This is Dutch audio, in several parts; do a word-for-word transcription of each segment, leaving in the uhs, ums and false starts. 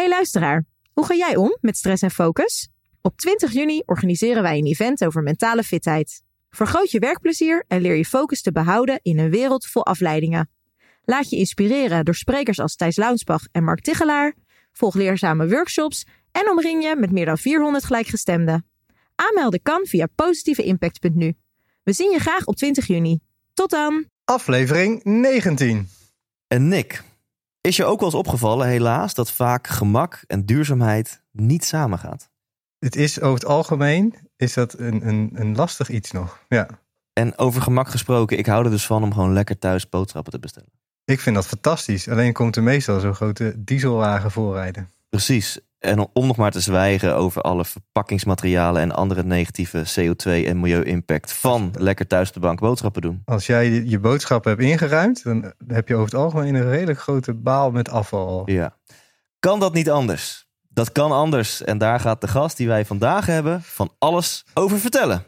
Hey luisteraar, hoe ga jij om met stress en focus? Op twintig juni organiseren wij een event over mentale fitheid. Vergroot je werkplezier en leer je focus te behouden in een wereld vol afleidingen. Laat je inspireren door sprekers als Thijs Launsbach en Mark Tichelaar. Volg leerzame workshops en omring je met meer dan vierhonderd gelijkgestemden. Aanmelden kan via positieve impact punt nu. We zien je graag op twintig juni. Tot dan! Aflevering negentien. En Nick, is je ook wel eens opgevallen helaas dat vaak gemak en duurzaamheid niet samengaat? Het is over het algemeen is dat een, een, een lastig iets nog. Ja. En over gemak gesproken, ik hou er dus van om gewoon lekker thuis boodschappen te bestellen. Ik vind dat fantastisch. Alleen komt er meestal zo'n grote dieselwagen voorrijden. Precies. En om nog maar te zwijgen over alle verpakkingsmaterialen en andere negatieve C O twee en milieu-impact van lekker thuis op de bank boodschappen doen. Als jij je boodschappen hebt ingeruimd, dan heb je over het algemeen een redelijk grote baal met afval. Ja. Kan dat niet anders? Dat kan anders. En daar gaat de gast die wij vandaag hebben van alles over vertellen.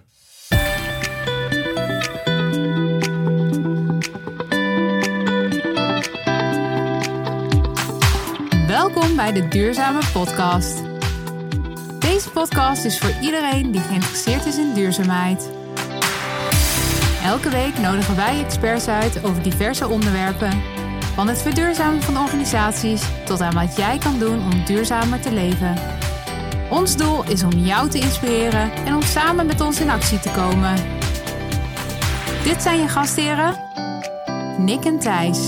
Welkom bij de Duurzame Podcast. Deze podcast is voor iedereen die geïnteresseerd is in duurzaamheid. Elke week nodigen wij experts uit over diverse onderwerpen. Van het verduurzamen van organisaties tot aan wat jij kan doen om duurzamer te leven. Ons doel is om jou te inspireren en om samen met ons in actie te komen. Dit zijn je gastheren, Nick en Thijs.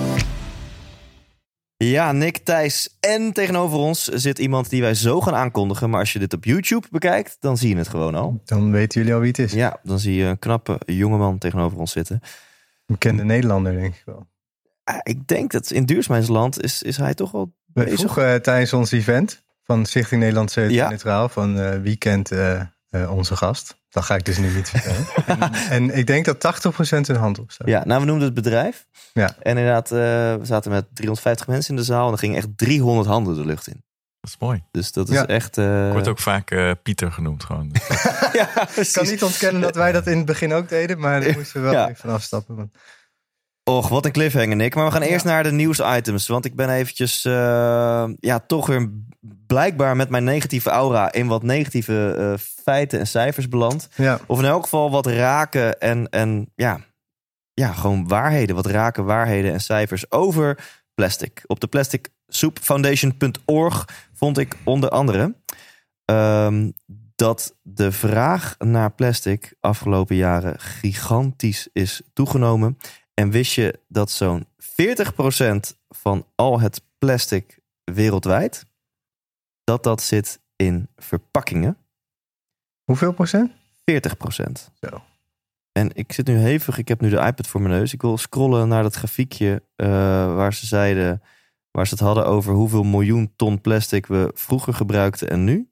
Ja, Nick, Thijs en tegenover ons zit iemand die wij zo gaan aankondigen. Maar als je dit op YouTube bekijkt, dan zie je het gewoon al. Dan weten jullie al wie het is. Ja, dan zie je een knappe jongeman tegenover ons zitten. Een bekende Nederlander, denk ik wel. Ik denk dat in duurzaamheidsland is, is hij toch wel We bezig. vroegen uh, tijdens ons event van Stichting Nederlandse Ja. Neutraal van uh, wie kent uh, uh, onze gast. Dat ga ik dus nu niet vertellen. en, en ik denk dat tachtig procent een hand opstaat. Ja, nou we noemden het bedrijf. Ja. En inderdaad, uh, we zaten met driehonderdvijftig mensen in de zaal. En er gingen echt driehonderd handen de lucht in. Dat is mooi. Dus dat is Ja. echt... Uh... Wordt ook vaak uh, Pieter genoemd gewoon. ja, Ik kan niet ontkennen dat wij dat in het begin ook deden. Maar daar moesten we wel Ja. even van afstappen. Want... Och, wat een cliffhanger, Nick. Maar we gaan eerst Ja. naar de nieuwsitems. Want ik ben eventjes, uh, ja, toch weer blijkbaar met mijn negatieve aura in wat negatieve uh, feiten en cijfers beland. Ja. Of in elk geval wat raken en, en ja, ja, gewoon waarheden. Wat raken waarheden en cijfers over plastic. Op de plastic soup foundation punt org vond ik onder andere um, dat de vraag naar plastic afgelopen jaren gigantisch is toegenomen. En wist je dat zo'n veertig procent van al het plastic wereldwijd, dat dat zit in verpakkingen? Hoeveel procent? veertig procent. Zo. En ik zit nu hevig, ik heb nu de iPad voor mijn neus. Ik wil scrollen naar dat grafiekje uh, waar ze zeiden, waar ze het hadden over hoeveel miljoen ton plastic we vroeger gebruikten en nu.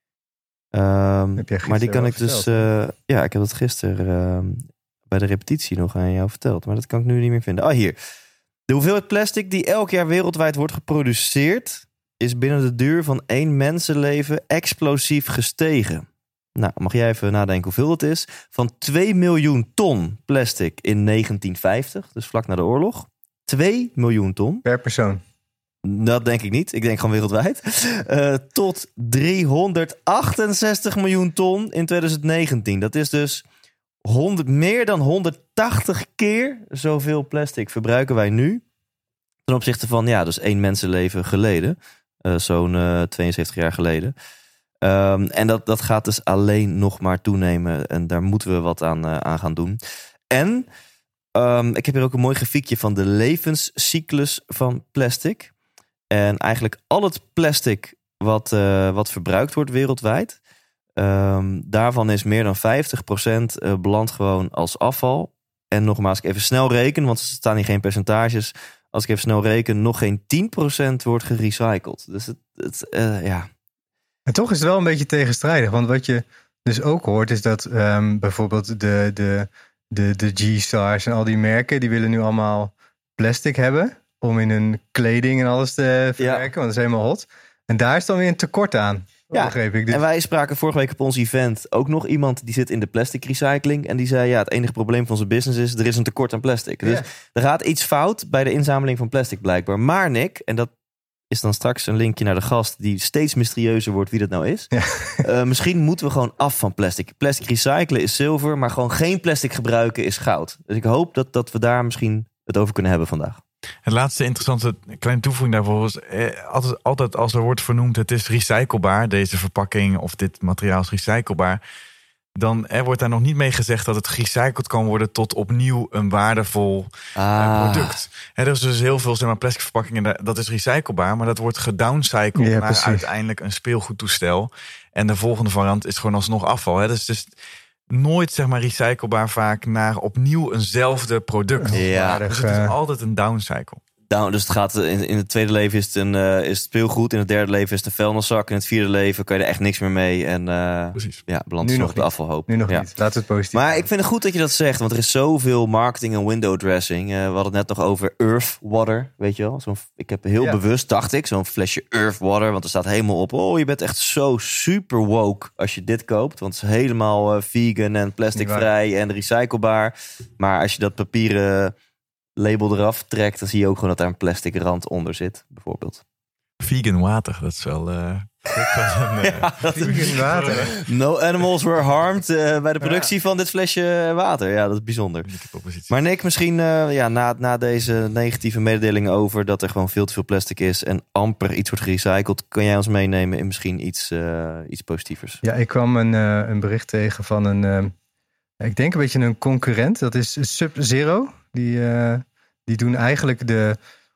Um, Heb jij maar die kan wel ik dus, verteld, uh, ja, ik heb dat gisteren uh, bij de repetitie nog aan jou verteld. Maar dat kan ik nu niet meer vinden. Ah, hier. De hoeveelheid plastic die elk jaar wereldwijd wordt geproduceerd is binnen de duur van één mensenleven explosief gestegen. Nou, mag jij even nadenken hoeveel het is? Van twee miljoen ton plastic in negentien vijftig, dus vlak na de oorlog. twee miljoen ton. Per persoon. Dat denk ik niet. Ik denk gewoon wereldwijd. Uh, tot driehonderdachtenzestig miljoen ton in twintig negentien. Dat is dus honderd, meer dan honderdtachtig keer zoveel plastic verbruiken wij nu. Ten opzichte van, ja, dus één mensenleven geleden. Uh, zo'n uh, tweeënzeventig jaar geleden. Um, en dat, dat gaat dus alleen nog maar toenemen. En daar moeten we wat aan, uh, aan gaan doen. En um, ik heb hier ook een mooi grafiekje van de levenscyclus van plastic. En eigenlijk al het plastic wat, uh, wat verbruikt wordt wereldwijd. Um, daarvan is meer dan vijftig procent uh, belandt gewoon als afval. En nogmaals, ik even snel reken, want er staan hier geen percentages. Als ik even snel reken, nog geen tien procent wordt gerecycled. Dus het, het uh, ja... En toch is het wel een beetje tegenstrijdig. Want wat je dus ook hoort is dat um, bijvoorbeeld de, de, de, de G-Stars en al die merken, die willen nu allemaal plastic hebben om in hun kleding en alles te verwerken. Ja. Want dat is helemaal hot. En daar is dan weer een tekort aan. Ja, begreep ik. Dus... En wij spraken vorige week op ons event ook nog iemand die zit in de plastic recycling. En die zei, ja, het enige probleem van zijn business is, er is een tekort aan plastic. Dus ja. er gaat iets fout bij de inzameling van plastic blijkbaar. Maar Nick, en dat is dan straks een linkje naar de gast die steeds mysterieuzer wordt wie dat nou is. Ja. Uh, misschien moeten we gewoon af van plastic. Plastic recyclen is zilver, maar gewoon geen plastic gebruiken is goud. Dus ik hoop dat, dat we daar misschien het over kunnen hebben vandaag. Het laatste interessante kleine toevoeging daarvoor is... Eh, altijd, altijd als er wordt vernoemd het is recyclebaar, deze verpakking of dit materiaal is recyclebaar, dan er wordt daar nog niet mee gezegd dat het gerecycled kan worden tot opnieuw een waardevol Ah. uh, product. He, er is dus heel veel zeg maar, plastic verpakkingen, dat is recyclebaar, maar dat wordt gedowncycled Ja, naar precies. uiteindelijk een speelgoedtoestel. En de volgende variant is gewoon alsnog afval. Hè. Dus het is nooit zeg maar recyclebaar vaak naar opnieuw eenzelfde product. Ja. Dus het is altijd een downcycle. Nou, dus het gaat in, in het tweede leven is het, een, uh, is het speelgoed. In het derde leven is het een vuilniszak. In het vierde leven kan je er echt niks meer mee. En uh, Precies. ja, belandt Nu het nog nog op de niet. afvalhoop. Nu nog ja. niet. Laten we het positief Maar houden. ik vind het goed dat je dat zegt. Want er is zoveel marketing en window dressing. Uh, we hadden het net nog over Earth Water. Weet je wel? Zo'n, ik heb heel Ja. bewust, dacht ik, zo'n flesje Earth Water. Want er staat helemaal op. Oh, je bent echt zo super woke als je dit koopt. Want het is helemaal uh, vegan en plasticvrij en recyclebaar. Maar als je dat papieren label eraf trekt, dan zie je ook gewoon dat daar een plastic rand onder zit, bijvoorbeeld. Vegan water, dat is wel... Uh, een, uh, Ja, dat is- Vegan water. No animals were harmed uh, bij de productie van dit flesje water. Ja, dat is bijzonder. unieke propositie. Maar Nick, misschien uh, ja, na, na deze negatieve mededelingen over dat er gewoon veel te veel plastic is en amper iets wordt gerecycled, kan jij ons meenemen in misschien iets, uh, iets positievers? Ja, ik kwam een, uh, een bericht tegen van een, uh, ik denk een beetje een concurrent. Dat is Sub-Zero. Die, uh, die doen eigenlijk de,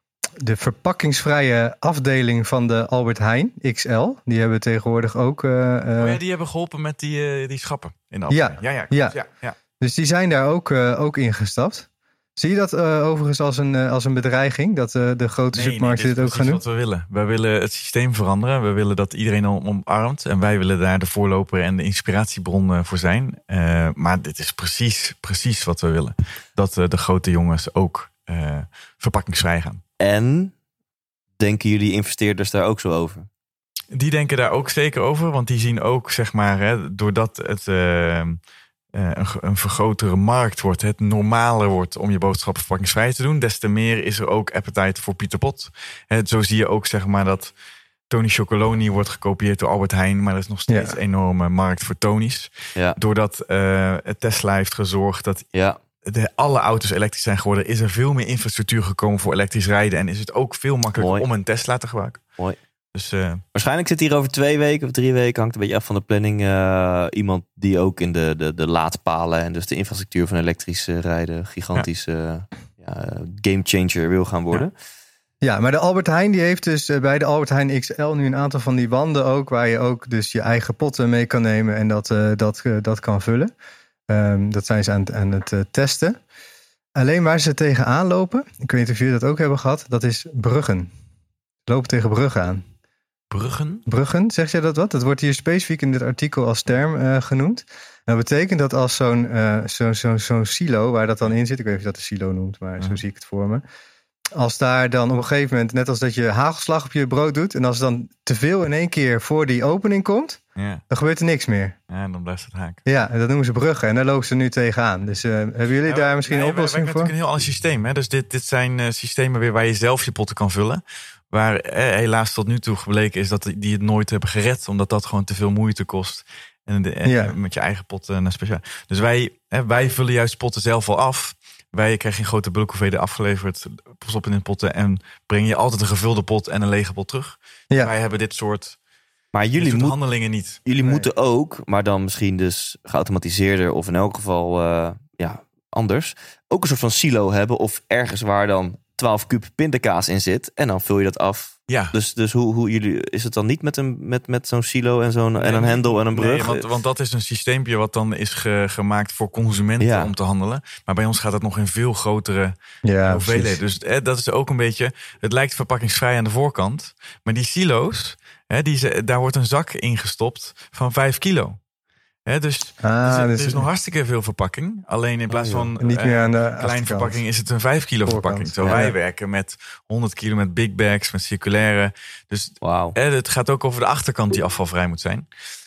de verpakkingsvrije afdeling van de Albert Heijn X L. Die hebben tegenwoordig ook... Uh, uh, Oh ja, die hebben geholpen met die, uh, die schappen in de Ja. afdeling. ja, ja, Ja. klopt, ja, ja. Dus die zijn daar ook, uh, ook ingestapt. Zie je dat uh, overigens als een, uh, als een bedreiging? Dat uh, de grote Nee, supermarkten nee, dit ook is gaan doen? wat we willen. Wij willen het systeem veranderen. We willen dat iedereen om- omarmt. En wij willen daar de voorloper en de inspiratiebron uh, voor zijn. Uh, maar dit is precies, precies wat we willen. Dat uh, de grote jongens ook uh, verpakkingsvrij gaan. En denken jullie investeerders daar ook zo over? Die denken daar ook zeker over. Want die zien ook, zeg maar, hè, doordat het uh, uh, een, een vergrotere markt wordt, het normaler wordt om je boodschappen verpakkingsvrij te doen, des te meer is er ook appetite voor Pieter Pot. Hè, zo zie je ook, zeg maar, dat Tony Chocoloni wordt gekopieerd door Albert Heijn, maar er is nog steeds Ja. een enorme markt voor Tony's. Ja, Doordat uh, Tesla heeft gezorgd dat ja. de, alle auto's elektrisch zijn geworden, is er veel meer infrastructuur gekomen voor elektrisch rijden en is het ook veel makkelijker Mooi. om een Tesla te gebruiken. Mooi. Dus uh, Waarschijnlijk zit hier over twee weken of drie weken, hangt een beetje af van de planning, uh, iemand die ook in de, de, de laadpalen en dus de infrastructuur van elektrisch uh, rijden gigantisch uh, ja, gamechanger wil gaan worden. Ja, maar de Albert Heijn die heeft dus uh, bij de Albert Heijn X L nu een aantal van die wanden ook, waar je ook dus je eigen potten mee kan nemen en dat, uh, dat, uh, dat kan vullen. Um, dat zijn ze aan, aan het uh, testen. Alleen waar ze tegenaan lopen, ik weet niet of jullie dat ook hebben gehad, dat is bruggen. Ze lopen tegen bruggen aan. bruggen. Bruggen, zeg jij dat wat? Dat wordt hier specifiek in dit artikel als term uh, genoemd. Dat betekent dat als zo'n uh, zo, zo, zo'n silo, waar dat dan in zit, ik weet niet of je dat een silo noemt, maar Ja. zo zie ik het voor me. Als daar dan op een gegeven moment, net als dat je hagelslag op je brood doet, en als dan te veel in één keer voor die opening komt, Ja, dan gebeurt er niks meer. ja, dan blijft het haak. Ja, en dat noemen ze bruggen en daar lopen ze nu tegenaan. Dus uh, hebben jullie Ja, daar misschien nee, een oplossing wij, wij voor? hebben natuurlijk een heel ander systeem. Hè? Dus dit, dit zijn uh, systemen weer waar je zelf je potten kan vullen. Waar eh, helaas tot nu toe gebleken is dat die- die het nooit hebben gered. Omdat dat gewoon te veel moeite kost. En, de, en Ja. met je eigen potten naar speciaal. Dus wij, hè, wij vullen juist potten zelf al af. Wij krijgen in grote bulkhoeveelheden afgeleverd. Pas op in de potten. En breng je altijd een gevulde pot en een lege pot terug. Ja. Wij hebben dit soort, Maar dit jullie, soort moet, handelingen niet. jullie Nee. moeten ook, maar dan misschien dus geautomatiseerder of in elk geval uh, ja, anders, ook een soort van silo hebben of ergens waar dan twaalf kuub pindakaas in zit en dan vul je dat af. Ja. Dus, dus hoe, hoe jullie, is het dan niet met, een, met, met zo'n silo en, zo'n, en een Nee, hendel en een brug? Nee, want, want dat is een systeempje wat dan is ge- gemaakt voor consumenten Ja. om te handelen. Maar bij ons gaat het nog in veel grotere Ja, hoeveelheden. precies. Dus eh, dat is ook een beetje, het lijkt verpakkingsvrij aan de voorkant. Maar die silo's, hè, die ze, daar wordt een zak ingestopt van vijf kilo. Hè, dus Ah, er, is, dus er is nog hartstikke veel verpakking. Alleen in plaats Oh, ja. van niet eh, meer aan de kleine achterkant. verpakking is het een vijf kilo Voorkant. verpakking. Zo Ja. wij werken met honderd kilo met big bags, met circulaire. Dus Wauw. eh, het gaat ook over de achterkant die afvalvrij moet zijn.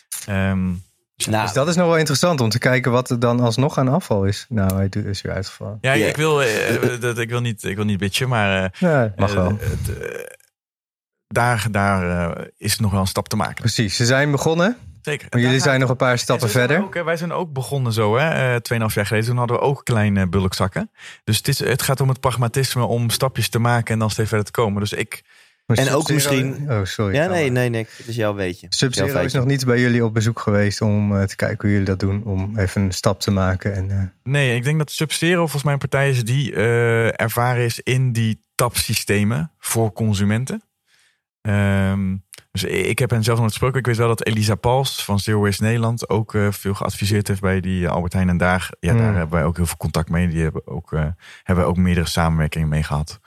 Ehm Nou, Dus dat is nog wel interessant om te kijken wat er dan alsnog aan afval is. Nou, hij doet- is weer uitgevallen. Ja, Ja. ik wil, eh, dat, ik wil niet, ik wil niet bitchen, maar eh, Ja, mag eh, wel. het, eh, daar, daar uh, is nog wel een stap te maken. Precies, ze zijn begonnen. Zeker. Maar jullie zijn nog een paar stappen verder. Ook, wij zijn ook begonnen zo, hè. Tweeënhalf jaar geleden. Toen hadden we ook kleine bulkzakken. Dus het, is, het gaat om het pragmatisme om stapjes te maken en dan steeds verder te komen. Dus ik... Maar en ook misschien... Oh, sorry. Ja, nee, nee, nee. Het is jouw weetje. Sub-Zero is nog niet bij jullie op bezoek geweest om uh, te kijken hoe jullie dat doen. Om even een stap te maken. En, uh... Nee, ik denk dat Sub-Zero volgens mij een partij is die uh, ervaren is in die tapsystemen voor consumenten. Um, dus ik heb hen zelf nog gesproken. Ik weet wel dat Elisa Pals van Zero Waste Nederland ook uh, veel geadviseerd heeft bij die Albert Heijn en Daag. Ja, mm. daar hebben wij ook heel veel contact mee. Die hebben ook, uh, hebben ook meerdere samenwerkingen mee gehad.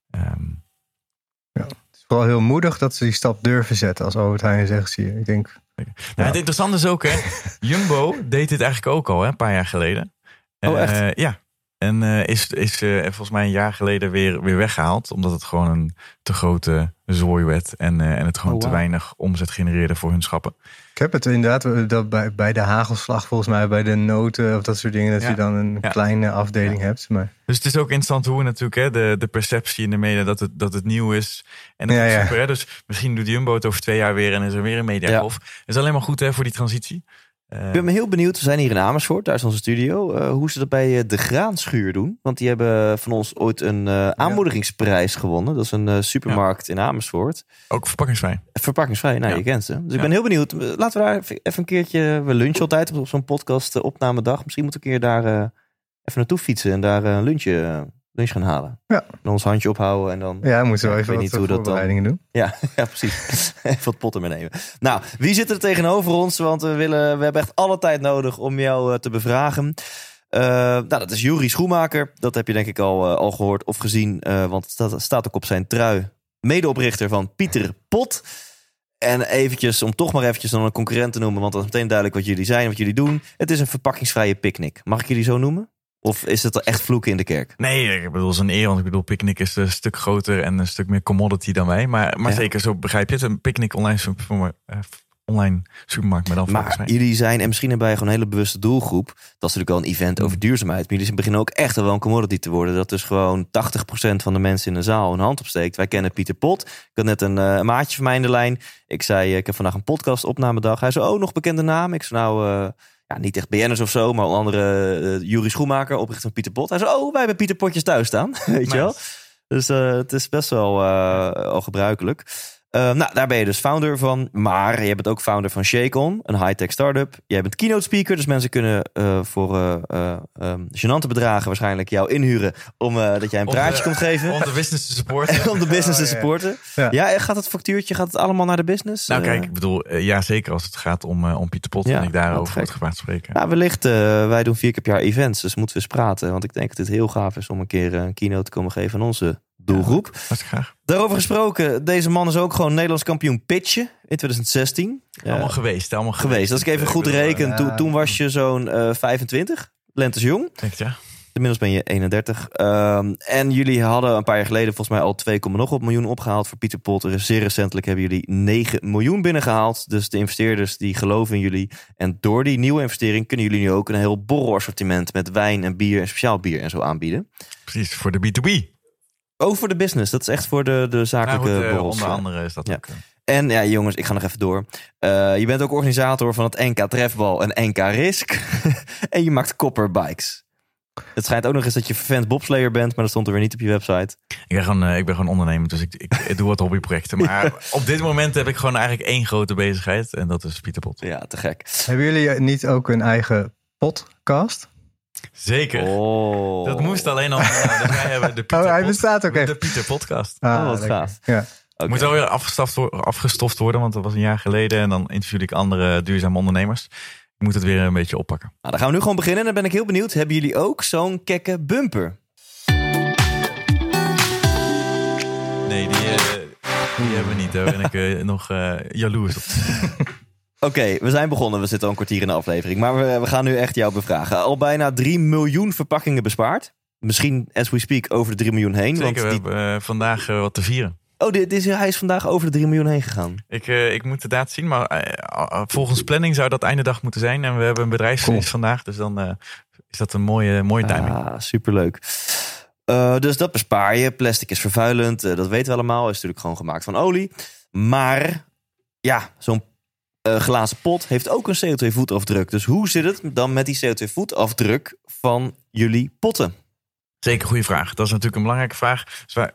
Um, ja. Vooral heel moedig dat ze die stap durven zetten als Albert Heijn zegt, zie je. Ik denk... Nou, ja. Het interessante is ook, hè, Jumbo deed dit eigenlijk ook al, hè, een paar jaar geleden. Oh, echt? Uh, ja. En uh, is, is uh, volgens mij een jaar geleden weer, weer weggehaald. Omdat het gewoon een te grote zooi werd. En, uh, en het gewoon oh, wow. te weinig omzet genereerde voor hun schappen. Ik heb het inderdaad dat bij, bij de hagelslag volgens mij. Bij de noten of dat soort dingen. Dat ja. je dan een ja. kleine afdeling ja. hebt. Maar... Dus het is ook interessant hoe natuurlijk hè, de, de perceptie in de media dat het, dat het nieuw is. En dat ja, is super. Ja. Hè? Dus misschien doet Jumbo het over twee jaar weer. En is er weer een mediagolf. Ja. Het is alleen maar goed hè, voor die transitie. Uh, ik ben me heel benieuwd. We zijn hier in Amersfoort, daar is onze studio. Uh, hoe ze dat bij uh, de Graanschuur doen. Want die hebben van ons ooit een uh, aanmoedigingsprijs gewonnen. Dat is een uh, supermarkt ja. in Amersfoort. Ook verpakkingsvrij. Verpakkingsvrij, nou ja. je kent ze. Dus ja. ik ben heel benieuwd. Laten we daar even een keertje... We lunchen altijd op zo'n podcast uh, opnamedag. Misschien moeten we een keer daar uh, even naartoe fietsen. En daar uh, een lunchje... Uh, lunch gaan halen. Ja. En ons handje ophouden en dan... Ja, moeten we ja, even wat voorbereidingen doen. Ja, ja, precies. Even wat potten meenemen. Nou, wie zit er tegenover ons? Want we, willen, we hebben echt alle tijd nodig om jou uh, te bevragen. Uh, nou, dat is Juri Schoenmaker. Dat heb je denk ik al, uh, al gehoord of gezien. Uh, want het staat, staat ook op zijn trui. Medeoprichter van Pieter Pot. En eventjes, om toch maar eventjes dan een concurrent te noemen. Want dat is meteen duidelijk wat jullie zijn, wat jullie doen. Het is een verpakkingsvrije picknick. Mag ik jullie zo noemen? Of is het echt vloeken in de kerk? Nee, ik bedoel, het is een eer. Want ik bedoel, Picnic is een stuk groter en een stuk meer commodity dan wij. Maar, maar ja. zeker, zo begrijp je het. Een Picnic online, super, uh, online supermarkt met al Maar jullie zijn, en misschien hebben wij gewoon een hele bewuste doelgroep. Dat is natuurlijk wel een event over duurzaamheid. Maar jullie beginnen ook echt wel een commodity te worden. Dat dus gewoon tachtig procent van de mensen in de zaal een hand opsteekt. Wij kennen Pieter Pot. Ik had net een, uh, een maatje van mij in de lijn. Ik zei, ik heb vandaag een podcast opnamedag. Hij zei, oh, nog bekende naam? Ik zei, nou... Uh, Ja, niet echt B N'ers of zo, maar onder andere uh, Juri Schoenmaker, oprichter van Pieter Pot. Hij zei, oh, wij hebben Pieter Potjes thuis staan. Weet nice. je wel? Dus uh, het is best wel uh, al gebruikelijk. Uh, nou, daar ben je dus founder van. Maar je bent ook founder van ShakeOn, een high-tech startup. Jij bent keynote speaker, dus mensen kunnen uh, voor uh, uh, um, gênante bedragen waarschijnlijk jou inhuren om uh, dat jij een praatje de, komt geven. Om de business te supporten. om de business oh, te supporten. Ja. Ja. ja, gaat het factuurtje, gaat het allemaal naar de business? Nou kijk, ik bedoel, uh, ja zeker als het gaat om, uh, om Pieter Pot ja, en ik daarover het gevaar te spreken. Ja, wellicht, uh, wij doen vier keer per jaar events, dus moeten we eens praten. Want ik denk dat het heel gaaf is om een keer een keynote te komen geven aan onze doelgroep. Ja, hartstikke graag. Daarover gesproken, deze man is ook gewoon Nederlands kampioen pitchen in twintig zestien. Allemaal uh, geweest, allemaal geweest. geweest. Als ik even goed reken, ja. toen, toen was je zo'n uh, vijfentwintig, lentes jong. Echt, ja. Inmiddels ben je eenendertig. Um, en jullie hadden een paar jaar geleden volgens mij al twee komma nog op miljoen opgehaald voor Pieter Pot. Zeer recentelijk hebben jullie negen miljoen binnengehaald. Dus de investeerders die geloven in jullie. En door die nieuwe investering kunnen jullie nu ook een heel borrelassortiment met wijn en bier en speciaal bier en zo aanbieden. Precies, voor de B twee B. Oh, voor de business. Dat is echt voor de, de zakelijke nou, goed, uh, borrels. Onder andere is dat ja. ook. Uh... En ja, jongens, ik ga nog even door. Uh, je bent ook organisator van het N K Trefbal en N K Risk. En je maakt kopperbikes. Het schijnt ook nog eens dat je vervent bobslayer bent, maar dat stond er weer niet op je website. Ik ben gewoon, uh, ik ben gewoon ondernemer, dus ik, ik, ik doe wat hobbyprojecten. Maar ja. op dit moment heb ik gewoon eigenlijk één grote bezigheid. En dat is Pieter Pot. Ja, te gek. Hebben jullie niet ook een eigen podcast? Zeker. Oh. Dat moest alleen al. Nou, wij hebben de Pieter, oh, hij Pod, bestaat ook echt. de Pieter Podcast. Ah, oh, wat gaaf. Ja. Okay. Moet wel weer afgestoft worden, want dat was een jaar geleden. En dan interviewde ik andere duurzame ondernemers. Ik moet het weer een beetje oppakken. Nou, dan gaan we nu gewoon beginnen. Dan ben ik heel benieuwd. Hebben jullie ook zo'n kekke bumper? Nee, die, uh, die hebben we niet. Daar ben ik uh, nog uh, jaloers op. Oké, okay, we zijn begonnen. We zitten al een kwartier in de aflevering. Maar we, we gaan nu echt jou bevragen. Al bijna drie miljoen verpakkingen bespaard. Misschien, as we speak, over de drie miljoen heen. Zeker, want die... we hebben uh, vandaag uh, wat te vieren. Oh, dit, dit is, hij is vandaag over de drie miljoen heen gegaan. Ik, uh, ik moet de daad zien, maar uh, volgens planning zou dat einde dag moeten zijn. En we hebben een bedrijfsfeest cool. vandaag, dus dan uh, is dat een mooie, mooie timing. Ah, superleuk. Uh, dus dat bespaar je. Plastic is vervuilend, uh, dat weten we allemaal. Is natuurlijk gewoon gemaakt van olie. Maar ja, zo'n uh, glazen pot heeft ook een C O twee voetafdruk. Dus hoe zit het dan met die C O twee voetafdruk van jullie potten? Zeker, goede vraag. Dat is natuurlijk een belangrijke vraag. Dus wij,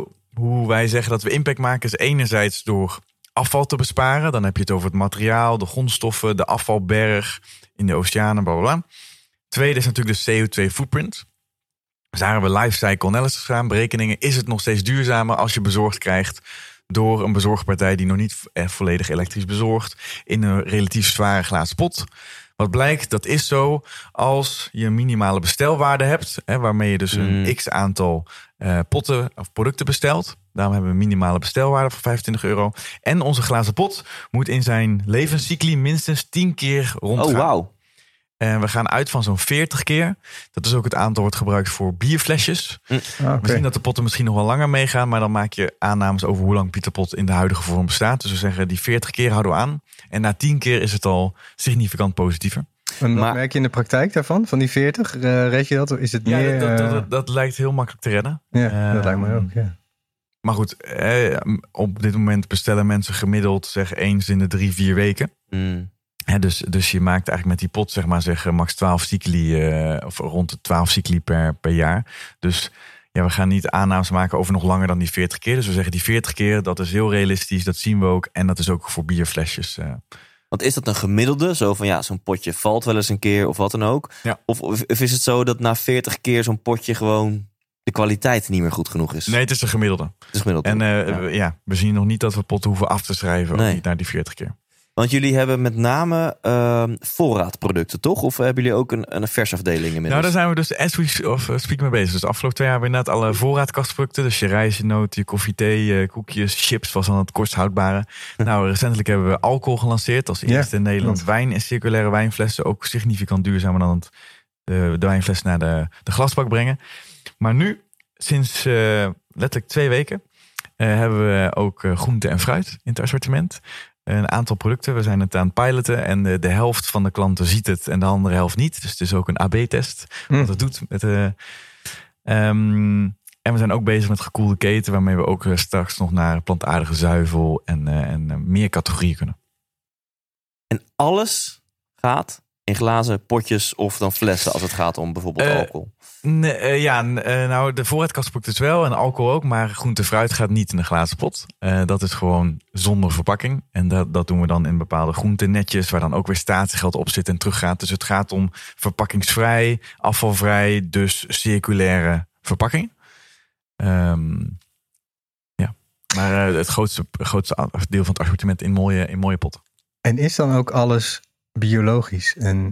hoe wij zeggen dat we impact maken is enerzijds door afval te besparen. Dan heb je het over het materiaal, de grondstoffen, de afvalberg in de oceanen, bla bla bla. Tweede is natuurlijk de C O twee footprint. Dus daar hebben we life cycle analysis gedaan, berekeningen. Is het nog steeds duurzamer als je bezorgd krijgt door een bezorgpartij die nog niet volledig elektrisch bezorgt in een relatief zware glazen pot? Wat blijkt, dat is zo als je een minimale bestelwaarde hebt, hè, waarmee je dus een mm. x aantal uh, potten of producten bestelt. Daarom hebben we een minimale bestelwaarde van vijfentwintig euro. En onze glazen pot moet in zijn levenscycli minstens tien keer rondgaan. Oh, wauw. En we gaan uit van zo'n veertig keer. Dat is ook het aantal wordt gebruikt voor bierflesjes. Mm. Okay. We zien dat de potten misschien nog wel langer meegaan, maar dan maak je aannames over hoe lang Pieter Pot in de huidige vorm bestaat. Dus we zeggen die veertig keer houden we aan. En na tien keer is het al significant positiever. En wat maar, merk je in de praktijk daarvan, van die veertig? Uh, red je dat? Is het ja, meer... Dat, dat, uh... dat, dat lijkt heel makkelijk te redden. Ja, uh, dat lijkt me ook, ja. Maar goed, eh, op dit moment bestellen mensen gemiddeld zeg eens in de drie, vier weken. Mm. He, dus, dus je maakt eigenlijk met die pot zeg maar zeg, max twaalf cycli, uh, of rond de twaalf cycli per, per jaar. Dus ja, we gaan niet aannames maken over nog langer dan die veertig keer. Dus we zeggen die veertig keer, dat is heel realistisch, dat zien we ook. En dat is ook voor bierflesjes. Uh. Want is dat een gemiddelde? Zo van ja, zo'n potje valt wel eens een keer of wat dan ook. Ja. Of, of, of is het zo dat na veertig keer zo'n potje gewoon de kwaliteit niet meer goed genoeg is? Nee, het is een gemiddelde. Het is gemiddelde. En uh, ja. We, ja, we zien nog niet dat we potten hoeven af te schrijven. Nee. Ook niet naar die veertig keer. Want jullie hebben met name uh, voorraadproducten, toch? Of hebben jullie ook een, een versafdeling inmiddels? Nou, daar zijn we dus as we of, uh, speak mee bezig. Dus de afgelopen twee jaar hebben we inderdaad alle voorraadkastproducten. Dus je rijst, je noot, je koffie, thee, je koekjes, chips was dan het kortst houdbare. Nou, recentelijk hebben we alcohol gelanceerd. Als eerste ja, in Nederland klopt. Wijn en circulaire wijnflessen. Ook significant duurzamer dan het, de, de wijnfles naar de, de glasbak brengen. Maar nu, sinds uh, letterlijk twee weken, uh, hebben we ook uh, groente en fruit in het assortiment. Een aantal producten. We zijn het aan het piloten. En de, de helft van de klanten ziet het en de andere helft niet. Dus het is ook een A B-test. Mm. Wat het doet. Met, uh, um, en we zijn ook bezig met gekoelde keten. Waarmee we ook uh, straks nog naar plantaardige zuivel en, uh, en uh, meer categorieën kunnen. En alles gaat in glazen potjes of dan flessen als het gaat om bijvoorbeeld uh, alcohol? Nee, uh, ja, uh, nou de voorraadkastproducten is wel en alcohol ook, maar groente en fruit gaat niet in een glazen pot. Uh, dat is gewoon zonder verpakking. En dat, dat doen we dan in bepaalde groentenetjes waar dan ook weer statiegeld op zit en teruggaat. Dus het gaat om verpakkingsvrij, afvalvrij, dus circulaire verpakking. Um, ja, maar uh, het grootste, grootste deel van het assortiment in mooie, in mooie potten. En is dan ook alles biologisch en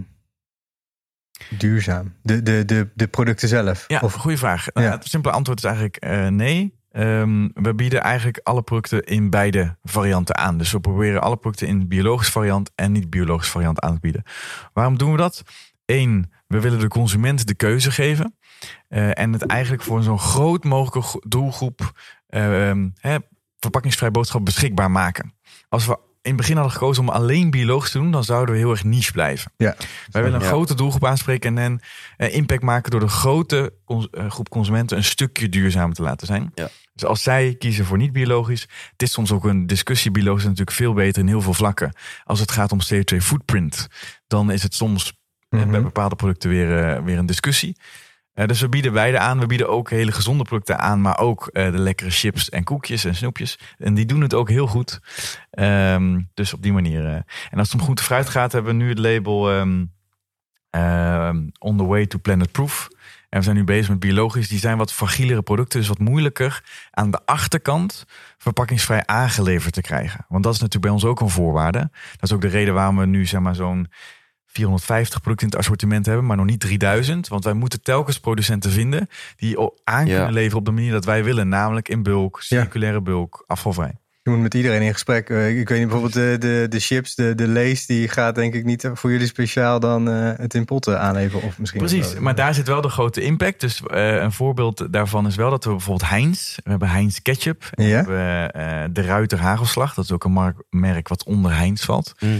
duurzaam? De, de, de, de producten zelf? Ja, of? goede vraag. Ja. Nou, het simpele antwoord is eigenlijk uh, nee. Um, we bieden eigenlijk alle producten in beide varianten aan. Dus we proberen alle producten in biologisch variant en niet biologisch variant aan te bieden. Waarom doen we dat? Eén, we willen de consument de keuze geven. Uh, en het eigenlijk voor zo'n groot mogelijke doelgroep uh, um, hè, verpakkingsvrij boodschap beschikbaar maken. Als we in het begin hadden gekozen om alleen biologisch te doen, dan zouden we heel erg niche blijven. Ja. Wij willen een ja. grote doelgroep aanspreken en hen uh, impact maken door de grote cons- uh, groep consumenten een stukje duurzamer te laten zijn. Ja. Dus als zij kiezen voor niet biologisch, het is soms ook een discussie. Biologisch is natuurlijk veel beter in heel veel vlakken. Als het gaat om C O twee footprint, dan is het soms mm-hmm. bij bepaalde producten weer, uh, weer een discussie. Uh, dus we bieden beide aan. We bieden ook hele gezonde producten aan, maar ook uh, de lekkere chips en koekjes en snoepjes. En die doen het ook heel goed. Um, dus op die manier. Uh. En als het om groente fruit gaat, hebben we nu het label um, uh, On the Way to Planet Proof. En we zijn nu bezig met biologisch. Die zijn wat fragielere producten, dus wat moeilijker aan de achterkant verpakkingsvrij aangeleverd te krijgen. Want dat is natuurlijk bij ons ook een voorwaarde. Dat is ook de reden waarom we nu zeg maar zo'n vierhonderdvijftig producten in het assortiment hebben, maar nog niet drieduizend. Want wij moeten telkens producenten vinden die aan kunnen ja. leveren op de manier dat wij willen. Namelijk in bulk, circulaire bulk, afvalvrij. Je moet met iedereen in gesprek. Uh, ik weet niet, bijvoorbeeld de, de, de chips, de, de Lay's, die gaat denk ik niet voor jullie speciaal dan uh, het in potten aanleveren. Of misschien Precies, maar daar zit wel de grote impact. Dus uh, een voorbeeld daarvan is wel dat we bijvoorbeeld Heinz, we hebben Heinz ketchup. En ja? we hebben uh, de Ruiter hagelslag. Dat is ook een mark, merk wat onder Heinz valt. Mm.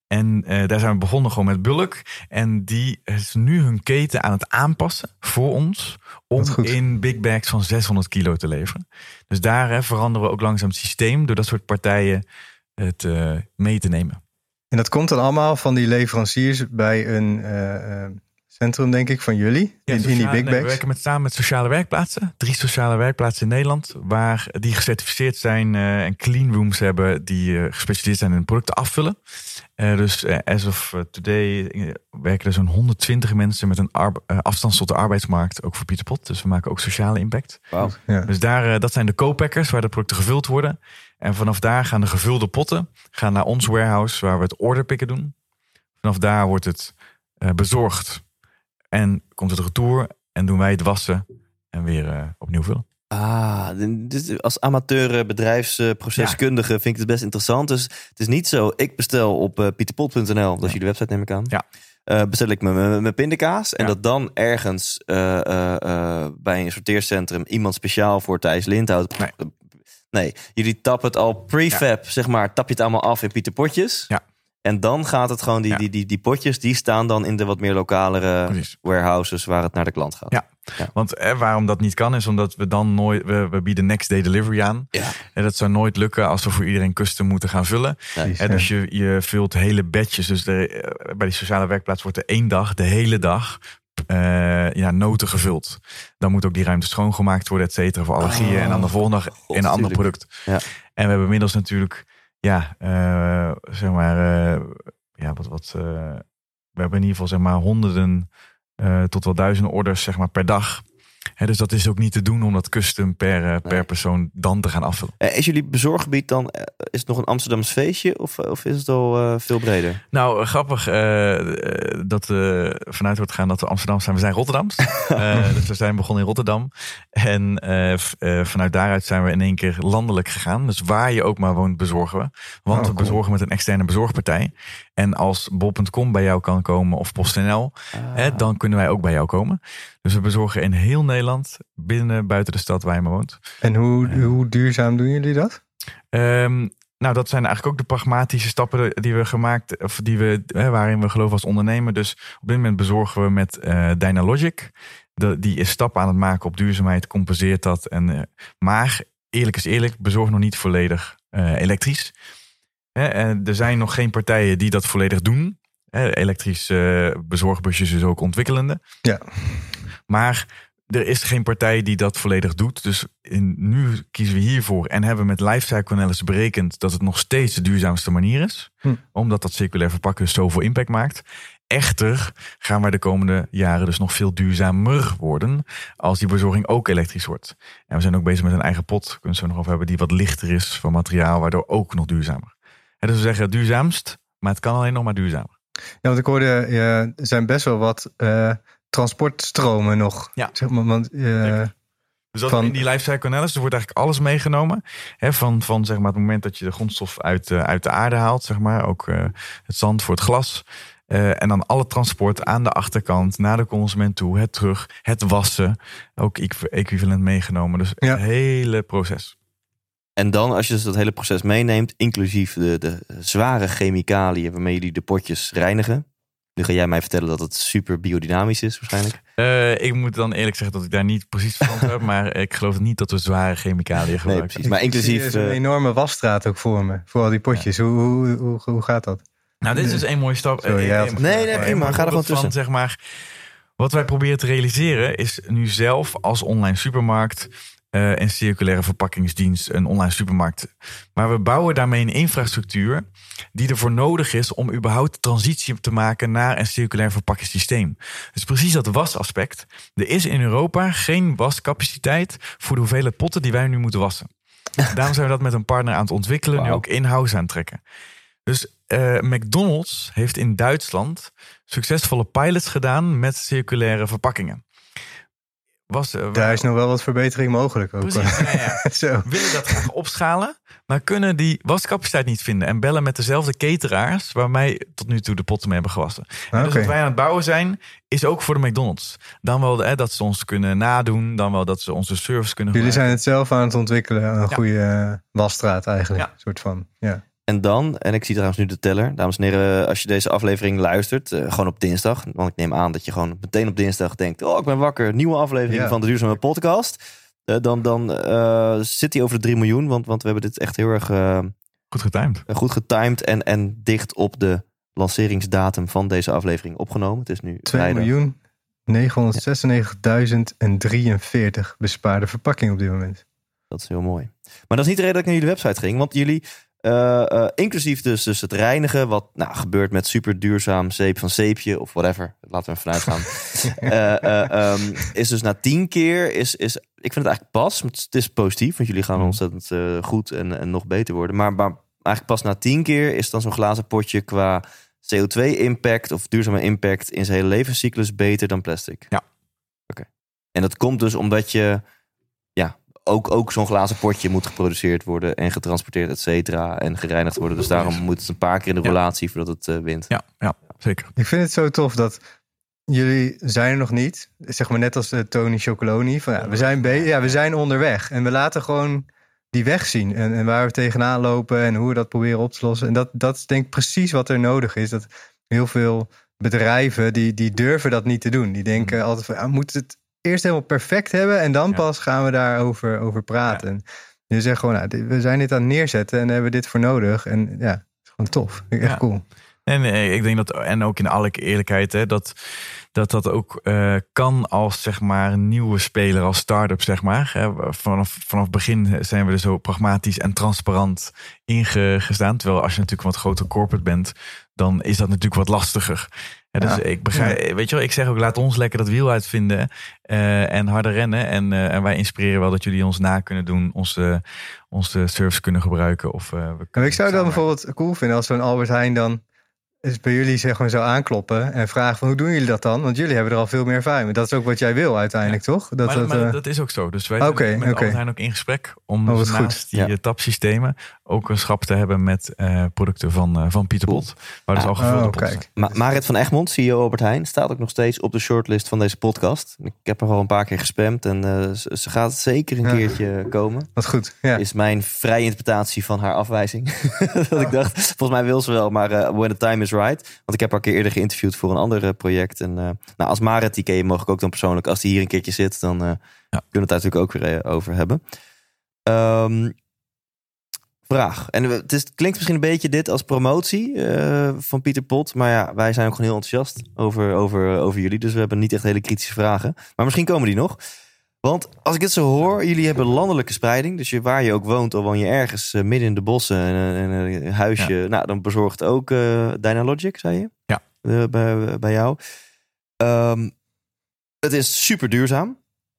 En uh, daar zijn we begonnen gewoon met bulk. En die is nu hun keten aan het aanpassen voor ons. Om in big bags van zeshonderd kilo te leveren. Dus daar hè, veranderen we ook langzaam het systeem. Door dat soort partijen het uh, mee te nemen. En dat komt dan allemaal van die leveranciers bij een uh, centrum, denk ik, van jullie? Ja, in, sociale, in die big bags? Nee, we werken met, samen met sociale werkplaatsen. Drie sociale werkplaatsen in Nederland. Waar die gecertificeerd zijn uh, en clean rooms hebben. Die uh, gespecialiseerd zijn in producten afvullen. Uh, dus uh, as of today uh, werken er zo'n honderdtwintig mensen met een arbe- uh, afstand tot de arbeidsmarkt. Ook voor Pieter Pot. Dus we maken ook sociale impact. Wow. Ja. Dus daar, uh, dat zijn de co-packers waar de producten gevuld worden. En vanaf daar gaan de gevulde potten gaan naar ons warehouse waar we het orderpicken doen. Vanaf daar wordt het uh, bezorgd. En komt het retour en doen wij het wassen en weer uh, opnieuw vullen. Ah, dus als amateur bedrijfsproceskundige ja. vind ik het best interessant. Dus het is niet zo, ik bestel op uh, pieterpot punt n l, dat is ja. jullie website neem ik aan. Ja. Uh, bestel ik mijn pindakaas en ja. dat dan ergens uh, uh, uh, bij een sorteercentrum iemand speciaal voor Thijs Lindhout. Nee. Nee, jullie tappen het al prefab, ja. zeg maar, tap je het allemaal af in Pieterpotjes. Ja. En dan gaat het gewoon, die, ja. die, die, die potjes, die staan dan in de wat meer lokalere Precies. warehouses waar het naar de klant gaat. Ja, ja. want eh, waarom dat niet kan is omdat we dan nooit, we, we bieden next day delivery aan. Ja. En dat zou nooit lukken als we voor iedereen custom moeten gaan vullen. Nee. En dus je, je vult hele batches. Dus de, bij die sociale werkplaats wordt er één dag, de hele dag, uh, ja, noten gevuld. Dan moet ook die ruimte schoongemaakt worden, et cetera, voor allergieën. Oh, en dan de volgende dag God, in een ander product. Ja. En we hebben inmiddels natuurlijk, ja, uh, zeg maar, uh, ja, wat, wat, uh, we hebben in ieder geval, zeg maar, honderden uh, tot wel duizenden orders, zeg maar, per dag. He, dus dat is ook niet te doen om dat custom per, uh, per nee. persoon dan te gaan afvullen. Uh, is jullie bezorggebied dan, uh, is het nog een Amsterdams feestje of, of is het al uh, veel breder? Nou, uh, grappig uh, dat uh, vanuit wordt gaan dat we Amsterdam zijn. We zijn Rotterdams. uh, dus we zijn begonnen in Rotterdam. En uh, f, uh, vanuit daaruit zijn we in één keer landelijk gegaan. Dus waar je ook maar woont bezorgen we. Want oh, we cool. bezorgen met een externe bezorgpartij. En als bol punt com bij jou kan komen of PostNL, ah. hè, dan kunnen wij ook bij jou komen. Dus we bezorgen in heel Nederland, binnen, buiten de stad waar je maar woont. En hoe, uh, hoe duurzaam doen jullie dat? Um, nou, dat zijn eigenlijk ook de pragmatische stappen die we gemaakt, of die we, hè, waarin we geloven als ondernemer. Dus op dit moment bezorgen we met uh, Dynalogic. De, die is stappen aan het maken op duurzaamheid, compenseert dat. En, uh, maar eerlijk is eerlijk, bezorgen nog niet volledig uh, elektrisch. Hè, en er zijn nog geen partijen die dat volledig doen. Hè, elektrische uh, bezorgbusjes is ook ontwikkelende. Ja. Maar er is geen partij die dat volledig doet. Dus in, nu kiezen we hiervoor. En hebben met lifecycle analysis berekend dat het nog steeds de duurzaamste manier is. Hm. Omdat dat circulair verpakken zoveel impact maakt. Echter gaan wij de komende jaren dus nog veel duurzamer worden. Als die bezorging ook elektrisch wordt. En we zijn ook bezig met een eigen pot. Kunnen we het nog over hebben die wat lichter is van materiaal. Waardoor ook nog duurzamer. En dus we zeggen duurzaamst. Maar het kan alleen nog maar duurzamer. Ja, want ik hoorde, ja, er zijn best wel wat uh, transportstromen nog. Ja. Zeg maar, want, uh, dus dat van... in die lifecycle analysis wordt eigenlijk alles meegenomen. Hè, van van zeg maar, het moment dat je de grondstof uit, uh, uit de aarde haalt. Zeg maar, ook uh, het zand voor het glas. Uh, en dan alle transport aan de achterkant naar de consument toe. Het terug, het wassen. Ook equivalent meegenomen. Dus ja. Het hele proces. En dan, als je dus dat hele proces meeneemt, inclusief de, de zware chemicaliën waarmee jullie de potjes reinigen. Nu ga jij mij vertellen dat het super biodynamisch is waarschijnlijk. Uh, ik moet dan eerlijk zeggen dat ik daar niet precies van heb. Maar ik geloof niet dat we zware chemicaliën gebruiken. Nee, precies. Maar inclusief... Er is een enorme wasstraat ook voor me. Voor al die potjes. Ja. Hoe, hoe, hoe, hoe gaat dat? Nou, dit is dus één mooie stap. Sorry, ja, nee, nee, prima. Ga er gewoon tussen. Van, zeg maar, wat wij proberen te realiseren is nu zelf als online supermarkt... Uh, een circulaire verpakkingsdienst, een online supermarkt. Maar we bouwen daarmee een infrastructuur die ervoor nodig is om überhaupt de transitie te maken naar een circulair verpakkingssysteem. Dus precies dat wasaspect. Er is in Europa geen wascapaciteit voor de hoeveelheid potten die wij nu moeten wassen. Daarom zijn we dat met een partner aan het ontwikkelen, wow. Nu ook in-house aan het trekken. Dus uh, McDonald's heeft in Duitsland succesvolle pilots gedaan met circulaire verpakkingen. Was, uh, Daar is nog wel wat verbetering mogelijk ook. Precies, ja, ja. Zo. Willen dat graag opschalen, maar kunnen die wascapaciteit niet vinden. En bellen met dezelfde cateraars waar wij tot nu toe de potten mee hebben gewassen. En okay. Dus wat wij aan het bouwen zijn, is ook voor de McDonald's. Dan wel hè, dat ze ons kunnen nadoen, dan wel dat ze onze service kunnen Jullie gebruiken. zijn het zelf aan het ontwikkelen, een ja. goede uh, wasstraat eigenlijk. Ja. Soort van, ja. En dan, en ik zie trouwens nu de teller. Dames en heren, als je deze aflevering luistert, uh, gewoon op dinsdag. Want ik neem aan dat je gewoon meteen op dinsdag denkt, oh, ik ben wakker. Nieuwe aflevering ja. van de Duurzame Podcast. Uh, dan dan uh, zit hij over de drie miljoen. Want, want we hebben dit echt heel erg... Uh, goed getimed. Uh, goed getimed en, en dicht op de lanceringsdatum van deze aflevering opgenomen. Het is nu twee miljoen negenhonderdzesennegentigduizend drieënveertig bespaarde verpakkingen op dit moment. Dat is heel mooi. Maar dat is niet de reden dat ik naar jullie website ging. Want jullie, uh, uh, inclusief dus, dus het reinigen, wat nou, gebeurt met super duurzaam zeep van zeepje of whatever. Laten we even vanuit gaan. uh, uh, um, is dus na tien keer, is, is, ik vind het eigenlijk pas, het is positief, want jullie gaan ontzettend uh, goed en, en nog beter worden. Maar, maar eigenlijk pas na tien keer is dan zo'n glazen potje qua C O twee impact of duurzame impact in zijn hele levenscyclus beter dan plastic. Ja. Oké. Okay. En dat komt dus omdat je, ja, ook, ook zo'n glazen potje moet geproduceerd worden en getransporteerd, et cetera, en gereinigd worden. Dus daarom moet het een paar keer in de ja. relatie voordat het uh, wint. Ja, ja, zeker. Ik vind het zo tof dat jullie zijn er nog niet. Zeg maar net als uh, Tony Chocoloni. Van, ja, we, zijn be- ja, we zijn onderweg. En we laten gewoon die weg zien. En, en waar we tegenaan lopen en hoe we dat proberen op te lossen. En dat, dat is denk ik precies wat er nodig is. Dat heel veel bedrijven, die, die durven dat niet te doen. Die denken mm. altijd van, ja, we moeten het eerst helemaal perfect hebben. En dan ja. pas gaan we daarover over praten. Ja. Je zegt gewoon, nou, we zijn dit aan het neerzetten. En daar hebben we dit voor nodig. En ja, het is gewoon tof. Echt ja. cool. En ik denk dat, en ook in alle eerlijkheid, hè, dat dat, dat ook uh, kan als zeg maar een nieuwe speler, als start-up, zeg maar. Hè. Vanaf, vanaf het begin zijn we er zo pragmatisch en transparant ingestaan. Terwijl als je natuurlijk wat groter corporate bent, dan is dat natuurlijk wat lastiger. Ja, dus ja. ik begrijp, ja. weet je wel, ik zeg ook, laat ons lekker dat wiel uitvinden uh, en harder rennen. En, uh, en wij inspireren wel dat jullie ons na kunnen doen, onze, onze service kunnen gebruiken. Of, uh, we kunnen ik zou dan bijvoorbeeld cool vinden als zo'n Albert Heijn dan is bij jullie zeg maar zo aankloppen en vragen van hoe doen jullie dat dan? Want jullie hebben er al veel meer ervaring. Maar dat is ook wat jij wil uiteindelijk, ja. toch? Dat, maar, dat, maar uh... dat is ook zo. Dus wij zijn okay, met okay. Albert Heijn ook in gesprek om oh, dus naast goed. die ja. tapsystemen ook een schap te hebben met uh, producten van, uh, van Pieter Pot. Waar dus ja. al gevulde oh, potten zijn. Ma- Marit van Egmond, C E O Albert Heijn, staat ook nog steeds op de shortlist van deze podcast. Ik heb haar al een paar keer gespamd en uh, ze, ze gaat zeker een ja. keertje komen. Wat goed. Ja. Is mijn vrije interpretatie van haar afwijzing. dat oh. ik dacht, volgens mij wil ze wel, maar uh, when the time is right. Want ik heb haar een keer eerder geïnterviewd voor een ander uh, project. En uh, nou, als Marit, die ken je mogelijk ook dan persoonlijk. Als die hier een keertje zit, dan uh, ja. kunnen we het daar natuurlijk ook weer uh, over hebben. Um, vraag. En het, is, het klinkt misschien een beetje dit als promotie uh, van Pieter Pot. Maar ja, wij zijn ook gewoon heel enthousiast over, over, over jullie. Dus we hebben niet echt hele kritische vragen. Maar misschien komen die nog. Want als ik het zo hoor, jullie hebben landelijke spreiding. Dus je, waar je ook woont, al woon je ergens uh, midden in de bossen. En een, een huisje. Ja. Nou, dan bezorgt ook uh, Dynalogic, zei je? Ja. Uh, bij, bij jou. Um, het is super duurzaam.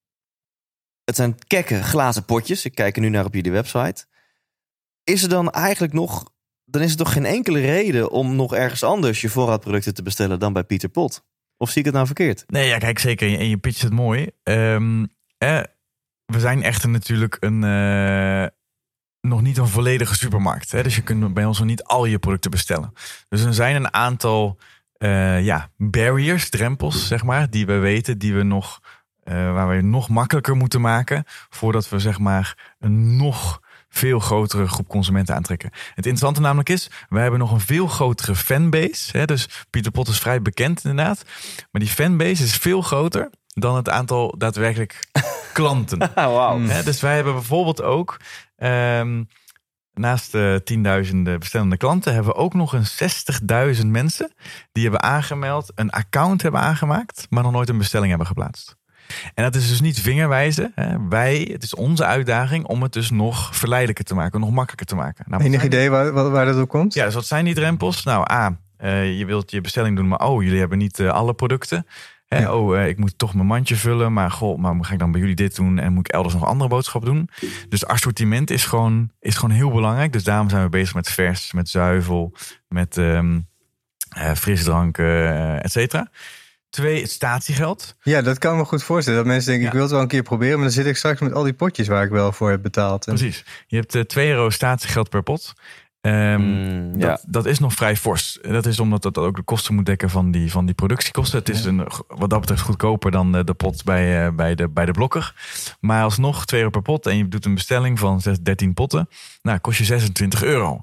Het zijn kekke glazen potjes. Ik kijk er nu naar op jullie website. Is er dan eigenlijk nog... Dan is er toch geen enkele reden om nog ergens anders je voorraadproducten te bestellen dan bij Pieter Pot? Of zie ik het nou verkeerd? Nee, ja, kijk, zeker. En je pitcht het mooi. Um, eh, we zijn echter natuurlijk een... Uh, nog niet een volledige supermarkt. Hè? Dus je kunt bij ons nog niet al je producten bestellen. Dus er zijn een aantal uh, ja, barriers, drempels, zeg maar, die we weten, die we nog, uh, waar we nog makkelijker moeten maken, voordat we zeg maar een nog veel grotere groep consumenten aantrekken. Het interessante namelijk is, wij hebben nog een veel grotere fanbase. Hè? Dus Pieter Pot is vrij bekend inderdaad. Maar die fanbase is veel groter dan het aantal daadwerkelijk klanten. Wow. Hè? Dus wij hebben bijvoorbeeld ook Um, naast de tienduizenden bestellende klanten hebben we ook nog een zestigduizend mensen die hebben aangemeld, een account hebben aangemaakt, maar nog nooit een bestelling hebben geplaatst. En dat is dus niet vingerwijzen. Hè. Wij, het is onze uitdaging om het dus nog verleidelijker te maken, nog makkelijker te maken. Nou, Enig idee waar, waar, waar dat op komt? Ja, dus wat zijn die drempels? Nou, A, uh, je wilt je bestelling doen, maar oh, jullie hebben niet uh, alle producten. He, ja. Oh, uh, ik moet toch mijn mandje vullen. Maar goh, maar ga ik dan bij jullie dit doen? En moet ik elders nog andere boodschappen doen? Dus assortiment is gewoon, is gewoon heel belangrijk. Dus daarom zijn we bezig met vers, met zuivel, met um, uh, frisdranken, uh, et cetera. Twee, het statiegeld. Ja, dat kan ik me goed voorstellen. Dat mensen denken, ja. ik wil het wel een keer proberen. Maar dan zit ik straks met al die potjes waar ik wel voor heb betaald. En... Precies. Je hebt uh, twee euro statiegeld per pot. Um, mm, ja. dat, dat is nog vrij fors. Dat is omdat dat ook de kosten moet dekken van die, van die productiekosten. Het is een, wat dat betreft goedkoper dan de, de pot bij, uh, bij, de, bij de blokker. Maar alsnog twee euro per pot en je doet een bestelling van dertien potten. Nou, kost je zesentwintig euro.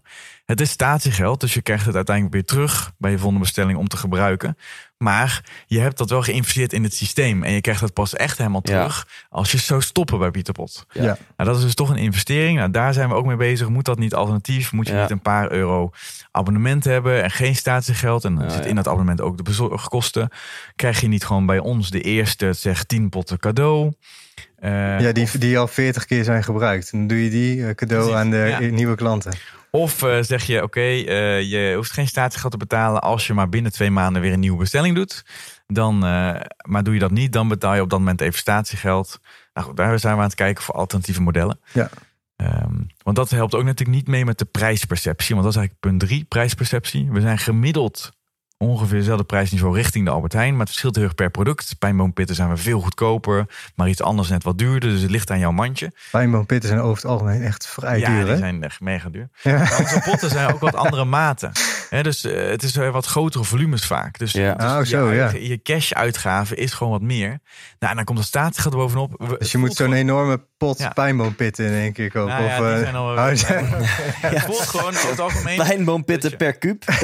Het is statiegeld, dus je krijgt het uiteindelijk weer terug bij je volgende bestelling om te gebruiken. Maar je hebt dat wel geïnvesteerd in het systeem. En je krijgt dat pas echt helemaal terug ja. als je zou stoppen bij Pieter Pot. Ja. Ja. Nou, dat is dus toch een investering. Nou, daar zijn we ook mee bezig. Moet dat niet alternatief? Moet je ja. niet een paar euro abonnement hebben en geen statiegeld? En dan ja, zit in ja. dat abonnement ook de bezorgkosten. Krijg je niet gewoon bij ons de eerste, zeg, tien potten cadeau? Uh, ja, die, of, die al veertig keer zijn gebruikt. Dan doe je die uh, cadeau precies, aan de ja. nieuwe klanten. Of uh, zeg je, oké, okay, uh, je hoeft geen statiegeld te betalen als je maar binnen twee maanden weer een nieuwe bestelling doet. Dan, uh, maar doe je dat niet, dan betaal je op dat moment even statiegeld. Nou goed, daar zijn we aan het kijken voor alternatieve modellen. Ja. Um, want dat helpt ook natuurlijk niet mee met de prijsperceptie. Want dat is eigenlijk punt drie, prijsperceptie. We zijn gemiddeld ongeveer hetzelfde prijsniveau richting de Albert Heijn. Maar het verschilt heel erg per product. Pijnboompitten zijn we veel goedkoper. Maar iets anders net wat duurder. Dus het ligt aan jouw mandje. Pijnboompitten zijn over het algemeen echt vrij ja, duur. Ja, die hè? zijn echt mega duur. Ja. Maar onze potten zijn ook wat andere maten. He, dus uh, het is uh, wat grotere volumes vaak. Dus, ja. dus oh, zo, je, ja. je cash uitgave is gewoon wat meer. Nou, en dan komt de statiegeld er bovenop. We, dus je moet zo'n gewoon... enorme pot ja. pijnboompitten in één keer kopen. Nou, ja, of, die uh... zijn al... oh, ja. Het voelt gewoon over het algemeen... Pijnboompitten per kuub. Ja.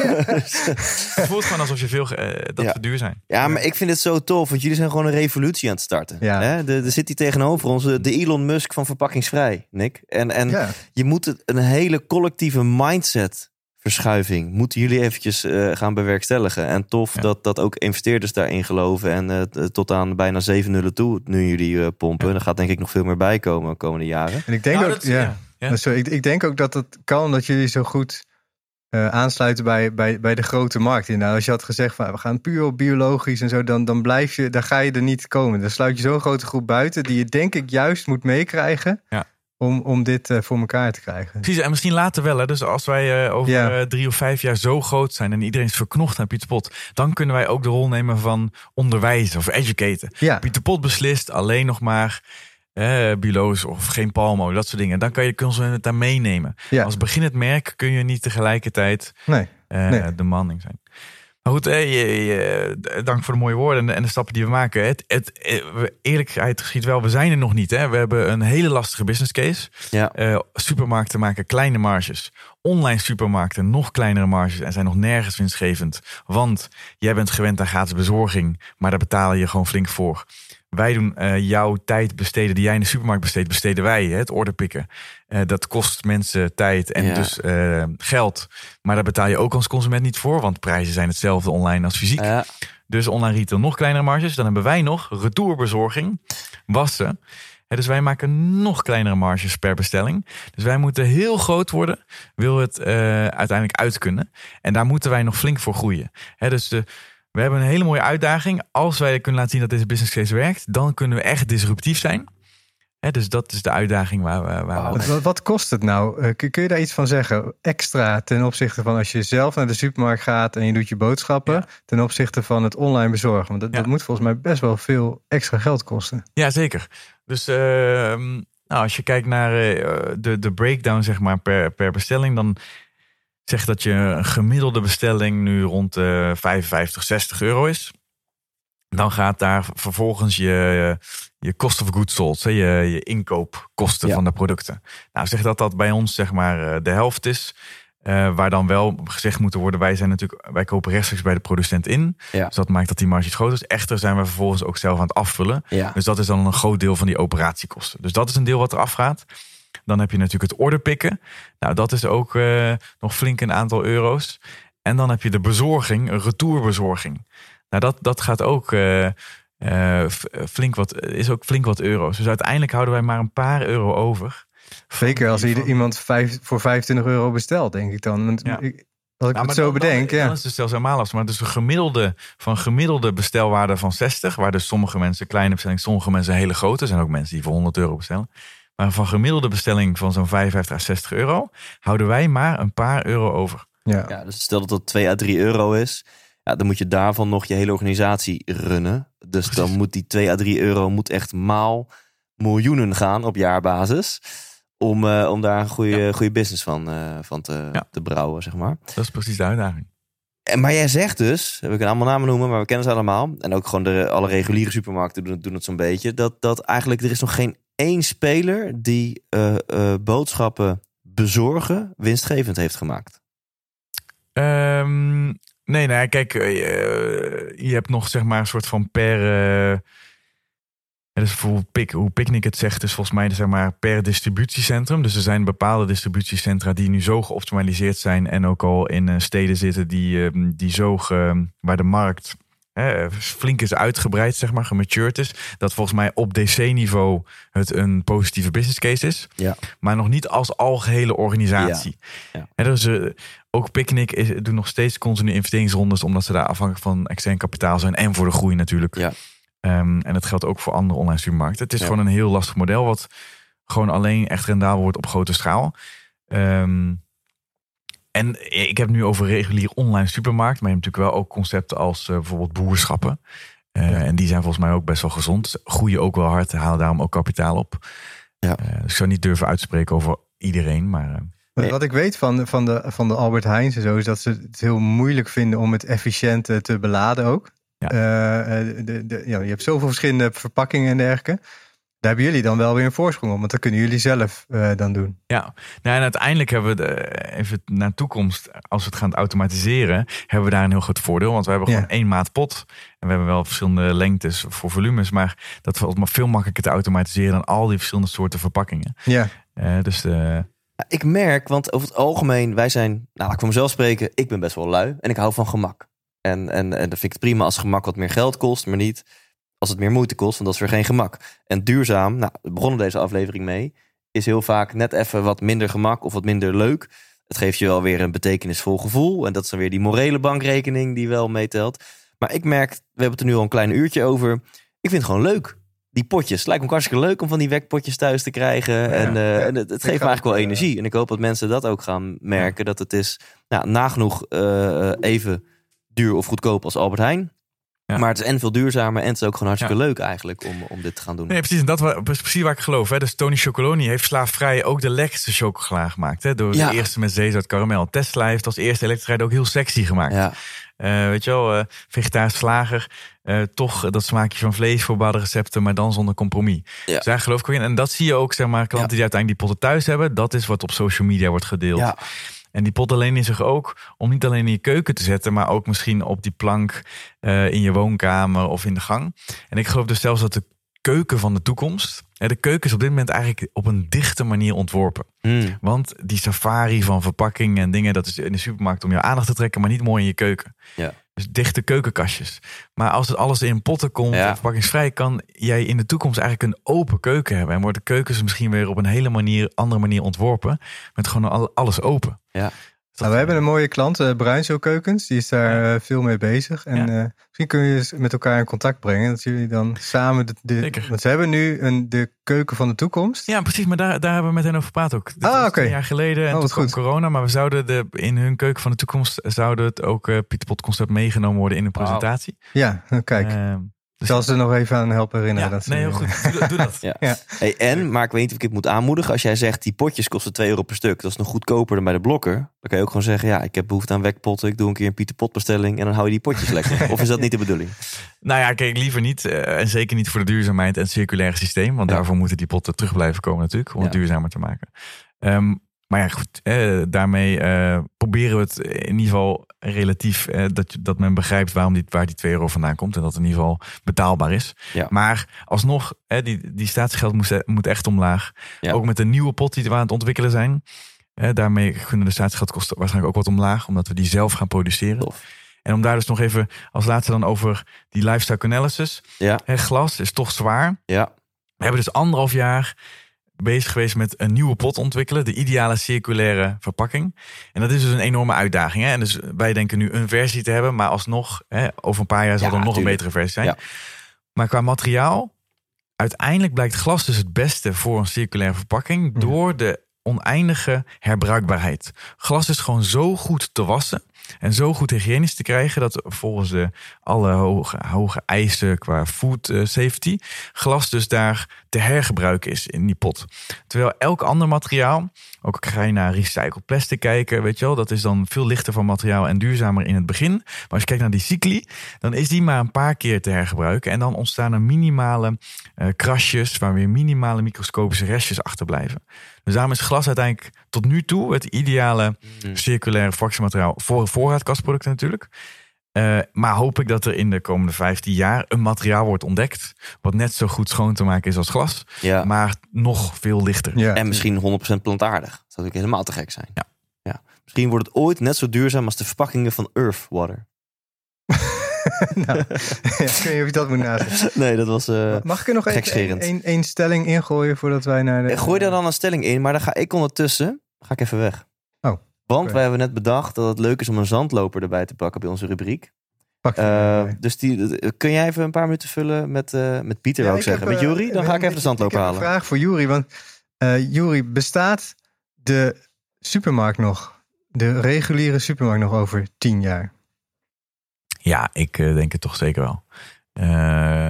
Het voelt gewoon alsof je veel... Uh, dat ja. we duur zijn. Ja, maar ik vind het zo tof. Want jullie zijn gewoon een revolutie aan het starten. Ja. Hè? De, de zit hier tegenover ons. De Elon Musk van verpakkingsvrij, Nick. En, en ja. je moet het, een hele collectieve mindset... verschuiving moeten jullie eventjes uh, gaan bewerkstelligen. En tof ja. dat, dat ook investeerders daarin geloven. En uh, tot aan bijna zeven nullen toe nu jullie uh, pompen. Ja. Er gaat denk ik nog veel meer bij komen de komende jaren. En ik denk, nou, ook, dat, ja. Ja. Ja. Sorry, ik, ik denk ook dat het kan dat jullie zo goed uh, aansluiten bij, bij, bij de grote markt. Nou, als je had gezegd van we gaan puur op biologisch en zo, dan, dan blijf je, dan ga je er niet komen. Dan sluit je zo'n grote groep buiten die je denk ik juist moet meekrijgen. Ja. Om, om dit uh, voor elkaar te krijgen. Precies, en misschien later wel. Hè? Dus als wij uh, over ja. uh, drie of vijf jaar zo groot zijn... en iedereen is verknocht aan Pieter Pot... dan kunnen wij ook de rol nemen van onderwijzen of educaten. Ja. Pieter Pot beslist alleen nog maar... Uh, biologisch of geen palmolie, dat soort dingen. Dan kan je de consument daar meenemen. Ja. Als beginnend merk kun je niet tegelijkertijd nee. Uh, nee. de manning zijn. Maar goed, eh, je, je, dank voor de mooie woorden en de, en de stappen die we maken. Het, het, het, eerlijkheid geschiet wel, we zijn er nog niet. Hè? We hebben een hele lastige business case. Ja. Uh, supermarkten maken kleine marges. Online supermarkten nog kleinere marges en zijn nog nergens winstgevend. Want jij bent gewend aan gratis bezorging, maar daar betaal je gewoon flink voor. Wij doen uh, jouw tijd besteden die jij in de supermarkt besteedt, besteden wij. Hè, het orderpikken. Uh, dat kost mensen tijd en ja. dus uh, geld. Maar daar betaal je ook als consument niet voor. Want prijzen zijn hetzelfde online als fysiek. Ja. Dus online retail nog kleinere marges. Dan hebben wij nog retourbezorging, wassen. Hè, dus wij maken nog kleinere marges per bestelling. Dus wij moeten heel groot worden. Wil het uh, uiteindelijk uit kunnen. En daar moeten wij nog flink voor groeien. Hè, dus de... We hebben een hele mooie uitdaging. Als wij kunnen laten zien dat deze business case werkt, dan kunnen we echt disruptief zijn. He, dus dat is de uitdaging waar we... Waar wow. we... Wat, wat kost het nou? Uh, kun, kun je daar iets van zeggen? Extra ten opzichte van als je zelf naar de supermarkt gaat en je doet je boodschappen. Ja. Ten opzichte van het online bezorgen. Want dat, ja. dat moet volgens mij best wel veel extra geld kosten. Ja, zeker. Dus uh, nou, als je kijkt naar uh, de, de breakdown zeg maar per, per bestelling, dan... Zeg dat je een gemiddelde bestelling nu rond de vijfenvijftig, zestig euro is. Dan gaat daar vervolgens je, je cost of goods sold, je, je inkoopkosten ja. van de producten. Nou, zeg dat dat bij ons zeg maar de helft is. Uh, waar dan wel gezegd moet worden, wij zijn natuurlijk, wij kopen rechtstreeks bij de producent in. Ja. Dus dat maakt dat die marge iets groter is. Echter zijn we vervolgens ook zelf aan het afvullen. Ja. Dus dat is dan een groot deel van die operatiekosten. Dus dat is een deel wat eraf gaat. Dan heb je natuurlijk het orderpikken. Nou, dat is ook uh, nog flink een aantal euro's. En dan heb je de bezorging, een retourbezorging. Nou, dat, dat gaat ook uh, uh, flink wat, is ook flink wat euro's. Dus uiteindelijk houden wij maar een paar euro over. Zeker als van... iemand vijf, voor vijfentwintig euro bestelt, denk ik dan. Ja. Als ik nou, het zo dan, bedenk, dan, ja. Dan is het zelfs helemaal lastig. Maar dus een gemiddelde van gemiddelde bestelwaarde van zestig, waar dus sommige mensen kleine bestellingen, sommige mensen hele grote. Er zijn ook mensen die voor honderd euro bestellen. Maar van gemiddelde bestelling van zo'n vijfenvijftig à zestig euro houden wij maar een paar euro over. Ja, ja dus stel dat dat twee à drie euro is. Ja, dan moet je daarvan nog je hele organisatie runnen. Dus Precies. dan moet die twee à drie euro moet echt maal miljoenen gaan op jaarbasis. Om, uh, om daar een goede, ja. goede business van, uh, van te, ja. te brouwen, zeg maar. Dat is precies de uitdaging. En, maar jij zegt dus, we kunnen allemaal namen noemen, maar we kennen ze allemaal. En ook gewoon de, alle reguliere supermarkten doen, doen het zo'n beetje. Dat, dat eigenlijk, er is nog geen één speler die uh, uh, boodschappen bezorgen winstgevend heeft gemaakt? Um, nee, nee, kijk, uh, je hebt nog zeg maar een soort van per... Uh, dus bijvoorbeeld Pick, hoe Picnic het zegt, is volgens mij zeg maar per distributiecentrum. Dus er zijn bepaalde distributiecentra die nu zo geoptimaliseerd zijn en ook al in uh, steden zitten die, uh, die zo ge, waar de markt uh, flink is uitgebreid, zeg maar, gematured is. Dat volgens mij op D C-niveau het een positieve business case is. Ja. Maar nog niet als algehele organisatie. Ja. Ja. En dus, uh, ook Picnic is, doet nog steeds continu investeringsrondes, omdat ze daar afhankelijk van extern kapitaal zijn en voor de groei natuurlijk. Ja. Um, en dat geldt ook voor andere online supermarkten. Het is ja. gewoon een heel lastig model, wat gewoon alleen echt rendabel wordt op grote schaal. Um, en ik heb het nu over regulier online supermarkt, maar je hebt natuurlijk wel ook concepten als uh, bijvoorbeeld boerschappen. Uh, ja. En die zijn volgens mij ook best wel gezond. Groeien ook wel hard, halen daarom ook kapitaal op. Ja. Uh, dus ik zou niet durven uitspreken over iedereen, maar... Uh, Nee. Wat ik weet van, van, de, van de Albert Heijns en zo, is dat ze het heel moeilijk vinden om het efficiënt te beladen ook. Ja. Uh, de, de, ja, je hebt zoveel verschillende verpakkingen en dergelijke. Daar hebben jullie dan wel weer een voorsprong op, want dat kunnen jullie zelf uh, dan doen. Ja, nou, en uiteindelijk hebben we de, even naar de toekomst, als we het gaan automatiseren, hebben we daar een heel groot voordeel. Want we hebben gewoon ja. één maat pot. En we hebben wel verschillende lengtes voor volumes, maar dat valt maar veel makkelijker te automatiseren dan al die verschillende soorten verpakkingen. Ja. Uh, dus uh, Ik merk, want over het algemeen, wij zijn, nou laat ik voor mezelf spreken, ik ben best wel lui en ik hou van gemak. En, en, en dan vind ik het prima als gemak wat meer geld kost, maar niet als het meer moeite kost, want dat is weer geen gemak. En duurzaam, nou, we begonnen deze aflevering mee, is heel vaak net even wat minder gemak of wat minder leuk. Het geeft je wel weer een betekenisvol gevoel en dat is dan weer die morele bankrekening die wel meetelt. Maar ik merk, we hebben het er nu al een klein uurtje over, ik vind het gewoon leuk. Die potjes, het lijkt me ook hartstikke leuk om van die wekpotjes thuis te krijgen. Ja, en, uh, ja, en het, het geeft me eigenlijk wel energie. En ik hoop dat mensen dat ook gaan merken. Ja. Dat het is nou, nagenoeg uh, even duur of goedkoop als Albert Heijn. Ja. Maar het is en veel duurzamer en het is ook gewoon hartstikke ja. leuk eigenlijk om, om dit te gaan doen. Nee, precies. En dat was precies waar ik geloof. Hè. Dus Tony Chocoloni heeft slaafvrij ook de lekkerste chocola gemaakt. Hè, door ja. de eerste met zeezout karamel. Tesla heeft als eerste elektrisch rijden ook heel sexy gemaakt. Ja. Uh, weet je wel, uh, vegetarisch slager. Uh, toch dat smaakje van vlees voor bepaalde recepten, maar dan zonder compromis. Ja. Dus daar geloof ik ook in. En dat zie je ook, zeg maar, klanten ja. die uiteindelijk die potten thuis hebben. Dat is wat op social media wordt gedeeld. Ja. En die potten lenen zich ook om niet alleen in je keuken te zetten, maar ook misschien op die plank uh, in je woonkamer of in de gang. En ik geloof dus zelfs dat de keuken van de toekomst, hè, de keuken is op dit moment eigenlijk op een dichte manier ontworpen. Mm. Want die safari van verpakking en dingen, dat is in de supermarkt om je aandacht te trekken, maar niet mooi in je keuken. Ja. Dus dichte keukenkastjes. Maar als het alles in potten komt, ja. verpakkingsvrij, kan jij in de toekomst eigenlijk een open keuken hebben. En worden de keukens misschien weer op een hele manier, andere manier ontworpen. Met gewoon alles open. Ja. Nou, we hebben een mooie klant, uh, Bruinzeel Keukens. Die is daar ja. uh, veel mee bezig. En ja. uh, misschien kun je met elkaar in contact brengen. Dat jullie dan samen... De, de, want ze hebben nu een, de keuken van de toekomst. Ja, precies. Maar daar, daar hebben we met hen over gepraat ook. Dit ah, was okay. een jaar geleden. En oh, toen kwam corona. Maar we zouden de, in hun keuken van de toekomst... zouden het ook uh, Pieter Pot concept meegenomen worden in de presentatie. Wow. Ja, kijk. Uh, Dus zal ze er nog even aan helpen herinneren. Ja, dat nee, heel goed. Doe, doe dat. Ja. Ja. Hey, en, maar ik weet niet of ik het moet aanmoedigen. Als jij zegt, die potjes kosten twee euro per stuk. Dat is nog goedkoper dan bij de Blokker. Dan kan je ook gewoon zeggen, ja, ik heb behoefte aan wekpotten. Ik doe een keer een Pieter Pot bestelling. En dan hou je die potjes lekker. Of is dat niet de bedoeling? Nou ja, kijk, liever niet. Uh, en zeker niet voor de duurzaamheid en het circulaire systeem. Want ja. daarvoor moeten die potten terug blijven komen natuurlijk. Om ja. het duurzamer te maken. Um, Maar ja, goed, eh, daarmee uh, proberen we het in ieder geval relatief... Eh, dat, dat men begrijpt waarom die, waar die twee euro vandaan komt. En dat het in ieder geval betaalbaar is. Ja. Maar alsnog, eh, die, die staatsgeld moet, moet echt omlaag. Ja. Ook met de nieuwe pot die we aan het ontwikkelen zijn. Eh, daarmee kunnen de staatsgeldkosten waarschijnlijk ook wat omlaag. Omdat we die zelf gaan produceren. Tof. En om daar dus nog even als laatste dan over die lifestyle analysis. Ja. Eh, glas is toch zwaar. Ja. We hebben dus anderhalf jaar... bezig geweest met een nieuwe pot ontwikkelen. De ideale circulaire verpakking. En dat is dus een enorme uitdaging. Hè? En dus wij denken nu een versie te hebben. Maar alsnog, hè, over een paar jaar zal ja, er nog tuurlijk. een betere versie zijn. Ja. Maar qua materiaal, uiteindelijk blijkt glas dus het beste voor een circulaire verpakking. Ja. Door de oneindige herbruikbaarheid. Glas is gewoon zo goed te wassen. En zo goed hygiënisch te krijgen dat volgens de alle hoge, hoge eisen qua food safety glas dus daar te hergebruiken is in die pot. Terwijl elk ander materiaal, ook ga je naar recycled plastic kijken, weet je wel, dat is dan veel lichter van materiaal en duurzamer in het begin. Maar als je kijkt naar die cycli, dan is die maar een paar keer te hergebruiken. En dan ontstaan er minimale uh, krasjes waar weer minimale microscopische restjes achterblijven. Dus daarom is glas uiteindelijk tot nu toe het ideale mm. circulaire fractiemateriaal voor voorraadkastproducten natuurlijk. Uh, maar hoop ik dat er in de komende vijftien jaar een materiaal wordt ontdekt wat net zo goed schoon te maken is als glas, ja. maar nog veel lichter. Ja. En misschien honderd procent plantaardig. Dat zou natuurlijk helemaal te gek zijn. Ja. Ja. Misschien wordt het ooit net zo duurzaam als de verpakkingen van Earth Water. nou, ja, ik weet niet of je dat moet nazetten. Nee, dat was uh, Mag ik er nog één stelling ingooien voordat wij naar de... Gooi daar dan een stelling in, maar dan ga ik ondertussen ga ik even weg. Oh. Want okay. wij hebben net bedacht dat het leuk is om een zandloper erbij te pakken bij onze rubriek. Pak uh, dus die, kun jij even een paar minuten vullen met, uh, met Pieter, ja, wou ik zeggen. Heb, met Juri? Dan ga ik even de zandloper halen. Ik heb een vraag voor Juri. Want uh, Juri, bestaat de supermarkt nog? De reguliere supermarkt nog over tien jaar? Ja, ik uh, denk het toch zeker wel. Uh,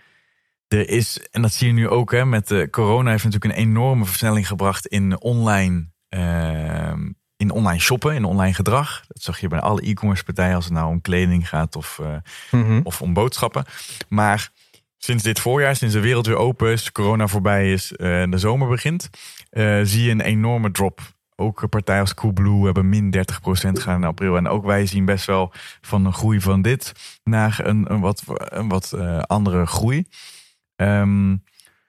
er is, en dat zie je nu ook, hè, met uh, corona heeft natuurlijk een enorme versnelling gebracht in online, uh, in online shoppen, in online gedrag. Dat zag je bij alle e-commerce partijen als het nou om kleding gaat of, uh, mm-hmm. of om boodschappen. Maar sinds dit voorjaar, sinds de wereld weer open is, corona voorbij is uh, en de zomer begint, uh, zie je een enorme drop. Ook partijen als Coolblue hebben min dertig procent gaan in april. En ook wij zien best wel van een groei van dit naar een, een wat, een wat uh, andere groei. Um,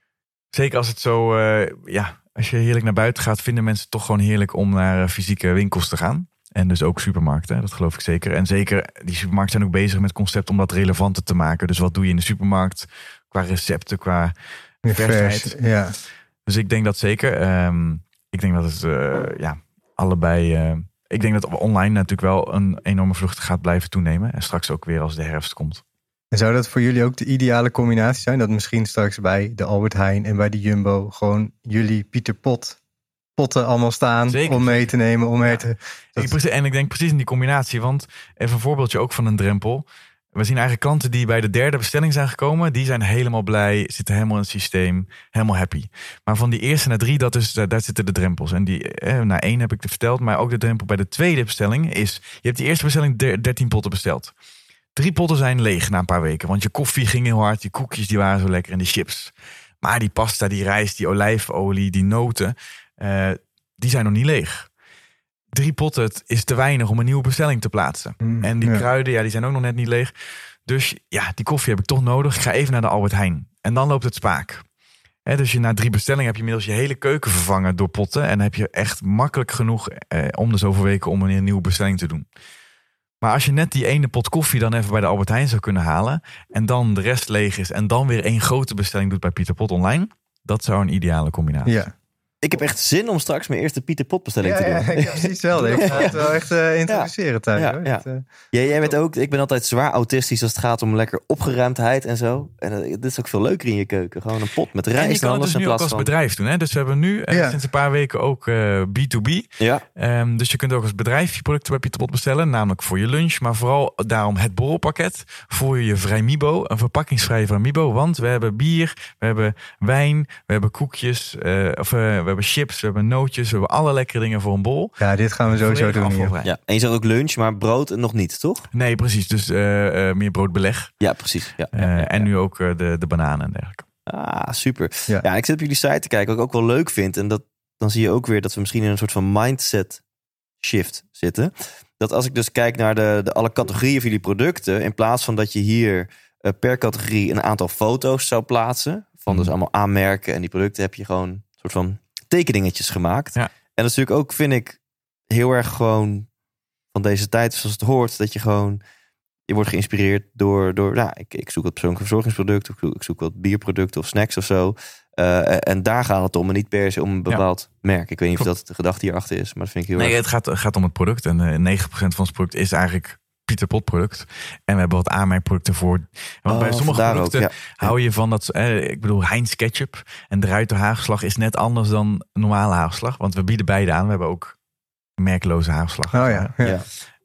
zeker als het zo, uh, ja, als je heerlijk naar buiten gaat, vinden mensen het toch gewoon heerlijk om naar uh, fysieke winkels te gaan. En dus ook supermarkten, dat geloof ik zeker. En zeker, die supermarkten zijn ook bezig met het concept om dat relevanter te maken. Dus wat doe je in de supermarkt qua recepten, qua versheid. Ja. Dus ik denk dat zeker... Um, Ik denk dat het uh, ja, allebei... Uh, ik denk dat online natuurlijk wel een enorme vlucht gaat blijven toenemen. En straks ook weer als de herfst komt. En zou dat voor jullie ook de ideale combinatie zijn? Dat misschien straks bij de Albert Heijn en bij de Jumbo gewoon jullie Pieter Pot potten allemaal staan zeker, om mee zeker. te nemen. Om ja. te, dat... ik, en ik denk precies in die combinatie. Want even een voorbeeldje ook van een drempel. We zien eigenlijk klanten die bij de derde bestelling zijn gekomen. Die zijn helemaal blij, zitten helemaal in het systeem, helemaal happy. Maar van die eerste naar drie, dat is, daar zitten de drempels. En die eh, naar één heb ik het verteld. Maar ook de drempel bij de tweede bestelling is... Je hebt die eerste bestelling dertien potten besteld. Drie potten zijn leeg na een paar weken. Want je koffie ging heel hard, die koekjes die waren zo lekker en die chips. Maar die pasta, die rijst, die olijfolie, die noten... Uh, die zijn nog niet leeg. Drie potten is te weinig om een nieuwe bestelling te plaatsen. Mm, en die ja. kruiden, ja, die zijn ook nog net niet leeg. Dus ja, die koffie heb ik toch nodig. Ik ga even naar de Albert Heijn. En dan loopt het spaak. He, dus je, na drie bestellingen heb je inmiddels je hele keuken vervangen door potten. En dan heb je echt makkelijk genoeg eh, om de zoveel weken om een nieuwe bestelling te doen. Maar als je net die ene pot koffie dan even bij de Albert Heijn zou kunnen halen. En dan de rest leeg is. En dan weer één grote bestelling doet bij Pieter Pot online. Dat zou een ideale combinatie zijn. Ja. Ik heb echt zin om straks mijn eerste Pieter Pot bestelling ja, te doen. Ja, ik heb precies wel. Ik ga het wel echt uh, introduceren ja. thuis. Ja, ja. Uh, ja, jij bent ook, ik ben altijd zwaar autistisch als het gaat om lekker opgeruimdheid en zo. En uh, dit is ook veel leuker in je keuken. Gewoon een pot met rijst. En je kan het dus nu ook als van... bedrijf doen. Hè? Dus we hebben nu uh, ja. sinds een paar weken ook uh, B to B. Ja. Um, dus je kunt ook als bedrijf je producten bij Pieter Pot bestellen. Namelijk voor je lunch. Maar vooral daarom het borrelpakket. Voor je Vrijmibo. Een verpakkingsvrije Vrijmibo. Want we hebben bier. We hebben wijn. We hebben koekjes. Uh, of uh, we hebben chips. We hebben nootjes, we hebben alle lekkere dingen voor een bol. Ja, dit gaan we sowieso doen hier. Ja, en je zegt ook lunch, maar brood nog niet, toch? Nee, precies. Dus uh, uh, meer broodbeleg. Ja, precies. Ja, uh, ja, ja, ja. En nu ook uh, de, de bananen en dergelijke. Ah, super. Ja. ja, ik zit op jullie site te kijken, wat ik ook wel leuk vind. En dat, dan zie je ook weer dat we misschien in een soort van mindset shift zitten. Dat als ik dus kijk naar de, de alle categorieën van jullie producten, in plaats van dat je hier uh, per categorie een aantal foto's zou plaatsen, van dus allemaal aanmerken en die producten, heb je gewoon een soort van tekeningetjes gemaakt. Ja. En dat is natuurlijk ook, vind ik, heel erg gewoon van deze tijd, zoals het hoort, dat je gewoon, je wordt geïnspireerd door, door nou, ik, ik zoek wat persoonlijke verzorgingsproducten, ik, ik zoek wat bierproducten of snacks of zo. Uh, en daar gaat het om en niet per se om een bepaald ja. merk. Ik weet niet of dat de gedachte hierachter is, maar dat vind ik heel nee, erg... Nee, het gaat, gaat om het product en uh, negentig procent van het product is eigenlijk Pieter Pot product. En we hebben wat aanmerkproducten voor. Want oh, bij sommige producten ook, ja. hou je van dat... Eh, ik bedoel, Heinz ketchup en de Ruiter hagelslag is net anders dan normale hagelslag. Want we bieden beide aan. We hebben ook merkloze hagelslag. Oh ja. ja.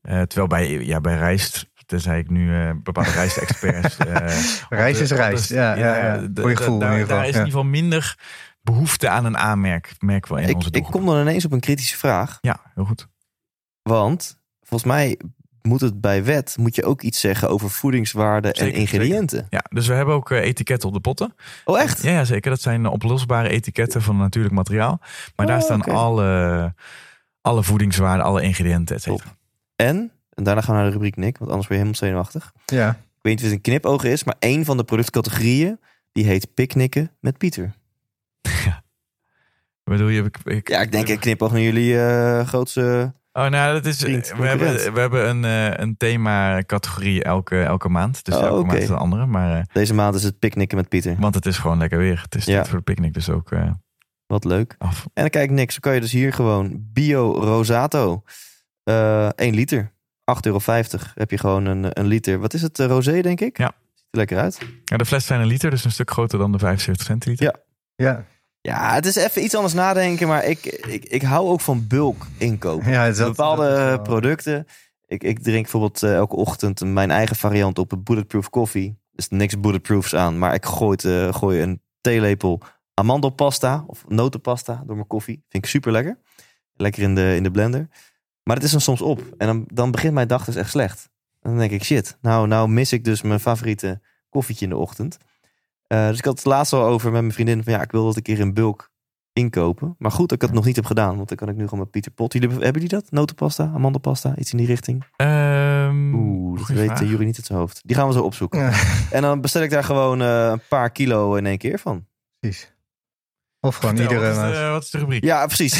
Uh, terwijl bij, ja, bij rijst, tenzij ik nu uh, bepaalde rijstexperts... Uh, rijst is rijst, ja. ja, ja. De, Voor je gevoel daar, in ieder geval. Daar is ja. in ieder geval minder behoefte aan een aanmerk. Merk wel in ik, onze ik doelgroep. kom dan ineens op een kritische vraag. Ja, heel goed. Want volgens mij moet het bij wet... moet je ook iets zeggen over voedingswaarde Zeker, en ingrediënten. Zeker. Ja, dus we hebben ook uh, etiketten op de potten. Oh, echt? Ja, ja, zeker. Dat zijn oplosbare etiketten van natuurlijk materiaal. Maar oh, daar staan okay. alle, alle voedingswaarden, alle ingrediënten, et cetera. En, en daarna gaan we naar de rubriek, Nick. Want anders ben je helemaal zenuwachtig. Ja. Ik weet niet of het een knipoog is, maar één van de productcategorieën... die heet Picknicken met Pieter. Ja. Bedoel je? Ik, ik, ja, ik denk een knipoog naar jullie uh, grootste... Oh, nou, dat is. Vriend, we, hebben, we hebben een, uh, een thema-categorie elke, elke maand. Dus oh, elke okay. maand is een andere. Maar, uh, Deze maand is het Picknicken met Pieter. Want het is gewoon lekker weer. Het is ja. tijd voor de picknick, dus ook. Uh, Wat leuk. Af. En dan kijk Nick, zo kan je dus hier gewoon Bio Rosato. Uh, één liter. acht euro vijftig heb je gewoon een, een liter. Wat is het? Uh, rosé, denk ik? Ja. Ziet er lekker uit. Ja, de fles zijn een liter, dus een stuk groter dan de vijfenzeventig centiliter. Ja. Ja. Ja, het is even iets anders nadenken, maar ik, ik, ik hou ook van bulk inkopen. Ja, dat, Bepaalde dat wel... producten. Ik, ik drink bijvoorbeeld uh, elke ochtend mijn eigen variant op een bulletproof koffie. Er is niks bulletproofs aan, maar ik gooi, uh, gooi een theelepel amandelpasta of notenpasta door mijn koffie. Vind ik super lekker. Lekker in de, in de blender. Maar het is dan soms op. En dan, dan begint mijn dag dus echt slecht. En dan denk ik, shit, nou, nou mis ik dus mijn favoriete koffietje in de ochtend. Uh, dus ik had het laatst al over met mijn vriendin van ja, ik wil dat een keer in bulk inkopen. Maar goed dat ik het nog niet heb gedaan, want dan kan ik nu gewoon met Pieter Pot. Jullie, hebben jullie dat? Notenpasta, amandelpasta, iets in die richting? Um, Oeh, dat weet Jury niet uit zijn hoofd. Die gaan we zo opzoeken. Ja. En dan bestel ik daar gewoon uh, een paar kilo in één keer van. Precies. Of gewoon Vertel, iedere wat is, maand. de, wat is de rubriek? Ja, precies.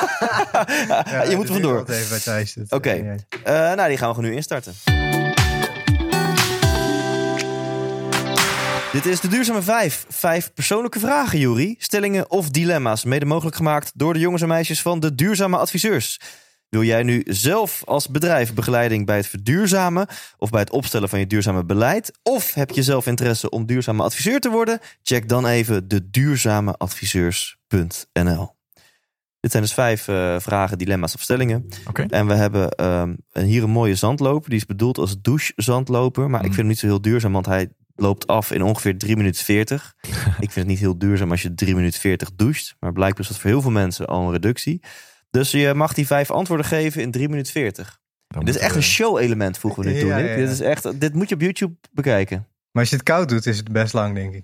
ja, je moet er vandoor. Oké, okay. uh, nou die gaan we gewoon nu instarten. Dit is de Duurzame Vijf. Vijf persoonlijke vragen, Jury. Stellingen of dilemma's. Mede mogelijk gemaakt door de jongens en meisjes van de Duurzame Adviseurs. Wil jij nu zelf als bedrijf begeleiding bij het verduurzamen of bij het opstellen van je duurzame beleid? Of heb je zelf interesse om duurzame adviseur te worden? Check dan even de duurzame adviseurs punt n l. Dit zijn dus vijf uh, vragen, dilemma's of stellingen. Okay. En we hebben um, hier een mooie zandloper. Die is bedoeld als douchezandloper. Maar mm. ik vind hem niet zo heel duurzaam, want hij loopt af in ongeveer drie minuten veertig. Ik vind het niet heel duurzaam als je drie minuten veertig doucht. Maar blijkbaar is dat voor heel veel mensen al een reductie. Dus je mag die vijf antwoorden geven in drie minuten veertig. Dit is echt een show-element, voegen we nu toe. Ja, ja, ja. Dit, is echt, dit moet je op YouTube bekijken. Maar als je het koud doet, is het best lang, denk ik.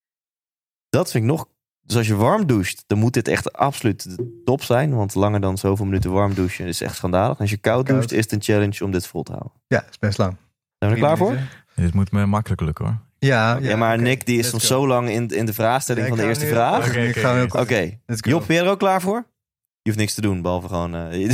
Dat vind ik nog... Dus als je warm doucht, dan moet dit echt absoluut de top zijn. Want langer dan zoveel minuten warm douchen is echt schandalig. En als je koud, koud doucht, is het een challenge om dit vol te houden. Ja, is best lang. Zijn we er klaar voor? Dit moet me makkelijk lukken, hoor. Ja, ja, ja maar okay. Nick die is nog zo lang in, in de vraagstelling ja, van de eerste nu, vraag. Oké, okay, okay, okay. okay. Job, ben je er ook klaar voor? Je hoeft niks te doen, behalve gewoon... Uh,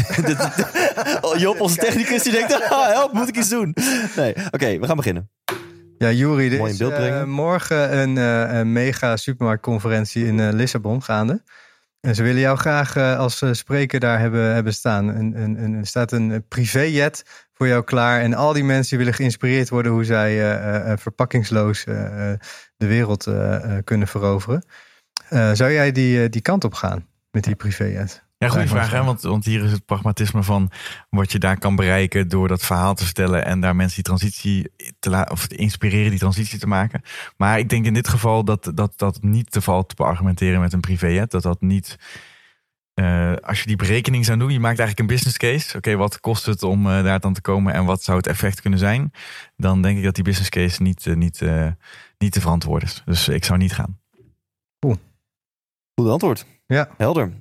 Job, onze technicus, die denkt... Oh, help, moet ik iets doen? Nee, oké, okay, we gaan beginnen. Ja, Jury, er is uh, morgen een, uh, een mega supermarktconferentie in uh, Lissabon gaande. En ze willen jou graag uh, als uh, spreker daar hebben, hebben staan. En, en, en er staat een privéjet voor jou klaar. En al die mensen willen geïnspireerd worden hoe zij uh, uh, verpakkingsloos uh, de wereld uh, uh, kunnen veroveren. Uh, zou jij die, uh, die kant op gaan met die privéjet? Ja, goede vraag, hè? Want, want hier is het pragmatisme van wat je daar kan bereiken door dat verhaal te vertellen en daar mensen die transitie te laten of te inspireren die transitie te maken. Maar ik denk in dit geval dat dat, dat niet te valt te beargumenteren met een privéjet. Dat dat niet, uh, als je die berekening zou doen, je maakt eigenlijk een business case. Oké, okay, wat kost het om uh, daar dan te komen en wat zou het effect kunnen zijn? Dan denk ik dat die business case niet, uh, niet, uh, niet te verantwoorden is. Dus ik zou niet gaan. Oeh. Goed antwoord. Ja. Helder.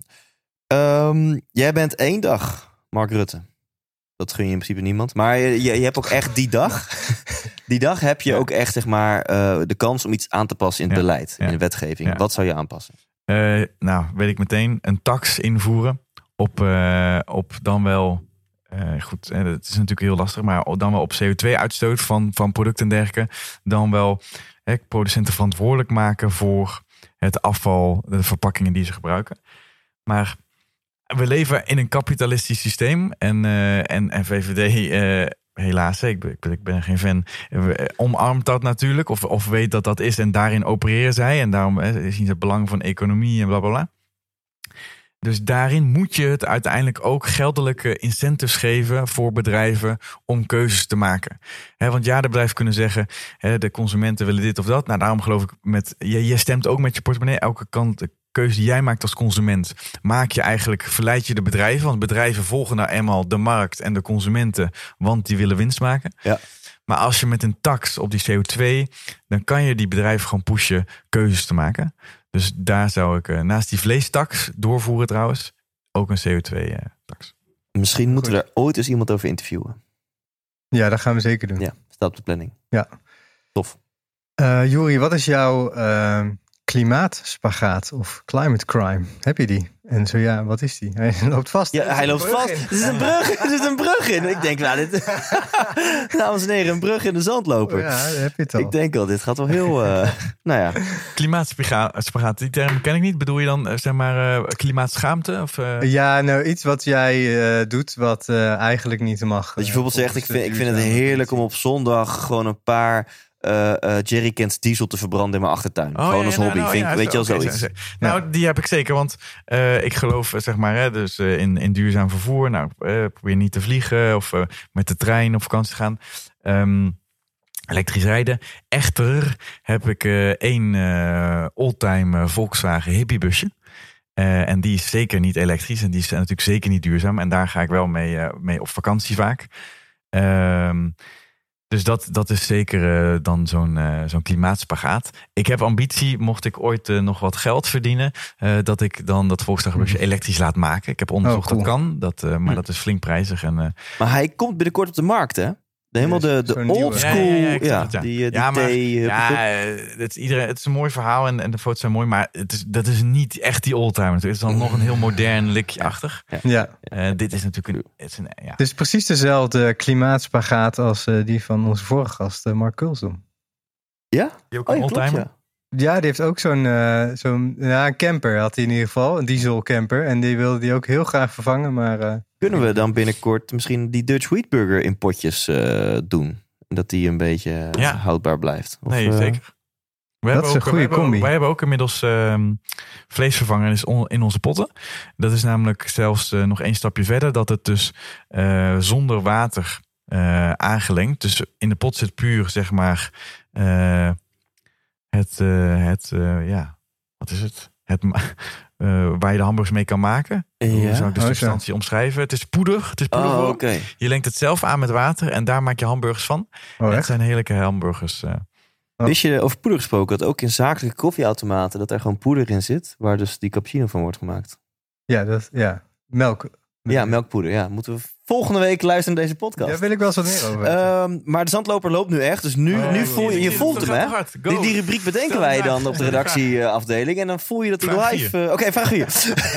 Um, jij bent één dag Mark Rutte. Dat gun je in principe niemand. Maar je, je hebt ook echt die dag. Die dag heb je ja. ook echt zeg maar uh, de kans om iets aan te passen in het ja. beleid. Ja. In de wetgeving. Ja. Wat zou je aanpassen? Uh, nou, weet ik meteen. Een tax invoeren. Op, uh, op dan wel... Uh, goed, het is natuurlijk heel lastig. Maar dan wel op C O twee uitstoot van, van producten en dergelijke. Dan wel hè, producenten verantwoordelijk maken voor het afval. De verpakkingen die ze gebruiken. Maar... We leven in een kapitalistisch systeem en, uh, en, en V V D, uh, helaas, ik ben, ik ben geen fan, omarmt dat natuurlijk of, of weet dat dat is en daarin opereren zij. En daarom uh, zien ze het belang van economie en blablabla. Dus daarin moet je het uiteindelijk ook geldelijke incentives geven voor bedrijven om keuzes te maken. He, want ja, de bedrijven kunnen zeggen, he, de consumenten willen dit of dat. Nou, daarom geloof ik, met je, je stemt ook met je portemonnee. Elke kant, de keuze die jij maakt als consument, maak je eigenlijk, verleid je de bedrijven. Want bedrijven volgen nou eenmaal de markt en de consumenten, want die willen winst maken. Ja. Maar als je met een tax op die C O twee, dan kan je die bedrijven gewoon pushen keuzes te maken. Dus daar zou ik uh, naast die vleestax doorvoeren trouwens ook een C O twee tax. Misschien moeten we er ooit eens iemand over interviewen. Ja, dat gaan we zeker doen. Ja, staat op de planning. Ja. Tof. Uh, Joeri, wat is jouw uh, klimaatspagaat of climate crime? Heb je die? En zo ja, wat is die? Hij loopt vast. Ja, hij loopt vast. Er zit een brug, er zit een brug in. Ik denk, nou, dit... Dames en heren, een brug in de zandloper. Oh ja, heb je het al. Ik denk al, dit gaat wel heel... Uh, nou ja. Klimaatspagaat, die term ken ik niet. Bedoel je dan, uh, zeg maar, uh, klimaatschaamte? Of, uh... Ja, nou, iets wat jij uh, doet wat uh, eigenlijk niet mag. Dat je bijvoorbeeld zegt, ik vind, ik vind het heerlijk om op zondag gewoon een paar... Uh, uh, jerrycans diesel te verbranden in mijn achtertuin. Oh, Gewoon ja, als nou, hobby. nou, Vind, ja, weet je wel okay, zoiets? Zo, zo. Nou, die heb ik zeker. Want uh, ik geloof, zeg maar, hè, dus uh, in, in duurzaam vervoer. Nou, uh, probeer niet te vliegen of uh, met de trein op vakantie te gaan. Um, elektrisch rijden. Echter heb ik uh, één uh, oldtime Volkswagen hippiebusje. Uh, en die is zeker niet elektrisch. En die is natuurlijk zeker niet duurzaam. En daar ga ik wel mee, uh, mee op vakantie vaak. Um, Dus dat, dat is zeker uh, dan zo'n, uh, zo'n klimaatspagaat. Ik heb ambitie, mocht ik ooit uh, nog wat geld verdienen... Uh, dat ik dan dat Volkswagenbusje mm. elektrisch laat maken. Ik heb onderzocht oh, cool. dat kan, dat, uh, maar mm. dat is flink prijzig. En, uh, maar hij komt binnenkort op de markt, hè? De, helemaal de, de old school. Ja, ja, ja, ja, ja. Die, die ja, maar, thee, ja het, is iedereen, het is een mooi verhaal en, en de foto's zijn mooi. Maar het is, dat is niet echt die oldtimer natuurlijk. Het is dan nog een heel modern likje-achtig. Ja. Uh, dit is natuurlijk een... Het is, een, ja. Het is precies dezelfde klimaatspagaat als uh, die van onze vorige gast, uh, Mark Kulsum. Ja? Die ook een oh, oldtimer? Ja. Ja, die heeft ook zo'n, uh, zo'n ja, een camper had hij in ieder geval. Een diesel camper. En die wilde die ook heel graag vervangen. Maar, uh, kunnen we dan binnenkort misschien die Dutch Wheat Burger in potjes uh, doen? Dat die een beetje ja. houdbaar blijft. Of, nee, zeker. We dat is ook, een goede combi. Wij hebben ook inmiddels uh, vleesvervanger in onze potten. Dat is namelijk zelfs uh, nog één stapje verder. Dat het dus uh, zonder water uh, aangelengd. Dus in de pot zit puur, zeg maar, uh, het, uh, het uh, ja, wat is het? Het Uh, waar je de hamburgers mee kan maken. Ja. Hoe zou ik de substantie oh, omschrijven? Het is poeder. Het is poeder. Oh, okay. Je lengt het zelf aan met water en daar maak je hamburgers van. Oh, en het zijn heerlijke hamburgers. Uh. Oh. Wist je over poeder gesproken dat ook in zakelijke koffieautomaten dat er gewoon poeder in zit, waar dus die cappuccino van wordt gemaakt? Ja, dat, ja. melk. Ja, melkpoeder. Ja, moeten we volgende week luisteren naar deze podcast. Daar wil ik wel eens wat meer over. Um, maar de zandloper loopt nu echt. Dus nu, oh, nu voel je, je voelt hem, hè? Die, die rubriek bedenken wij dan op de redactieafdeling. En dan voel je dat hij live... Uh, Oké, okay, vraag vier.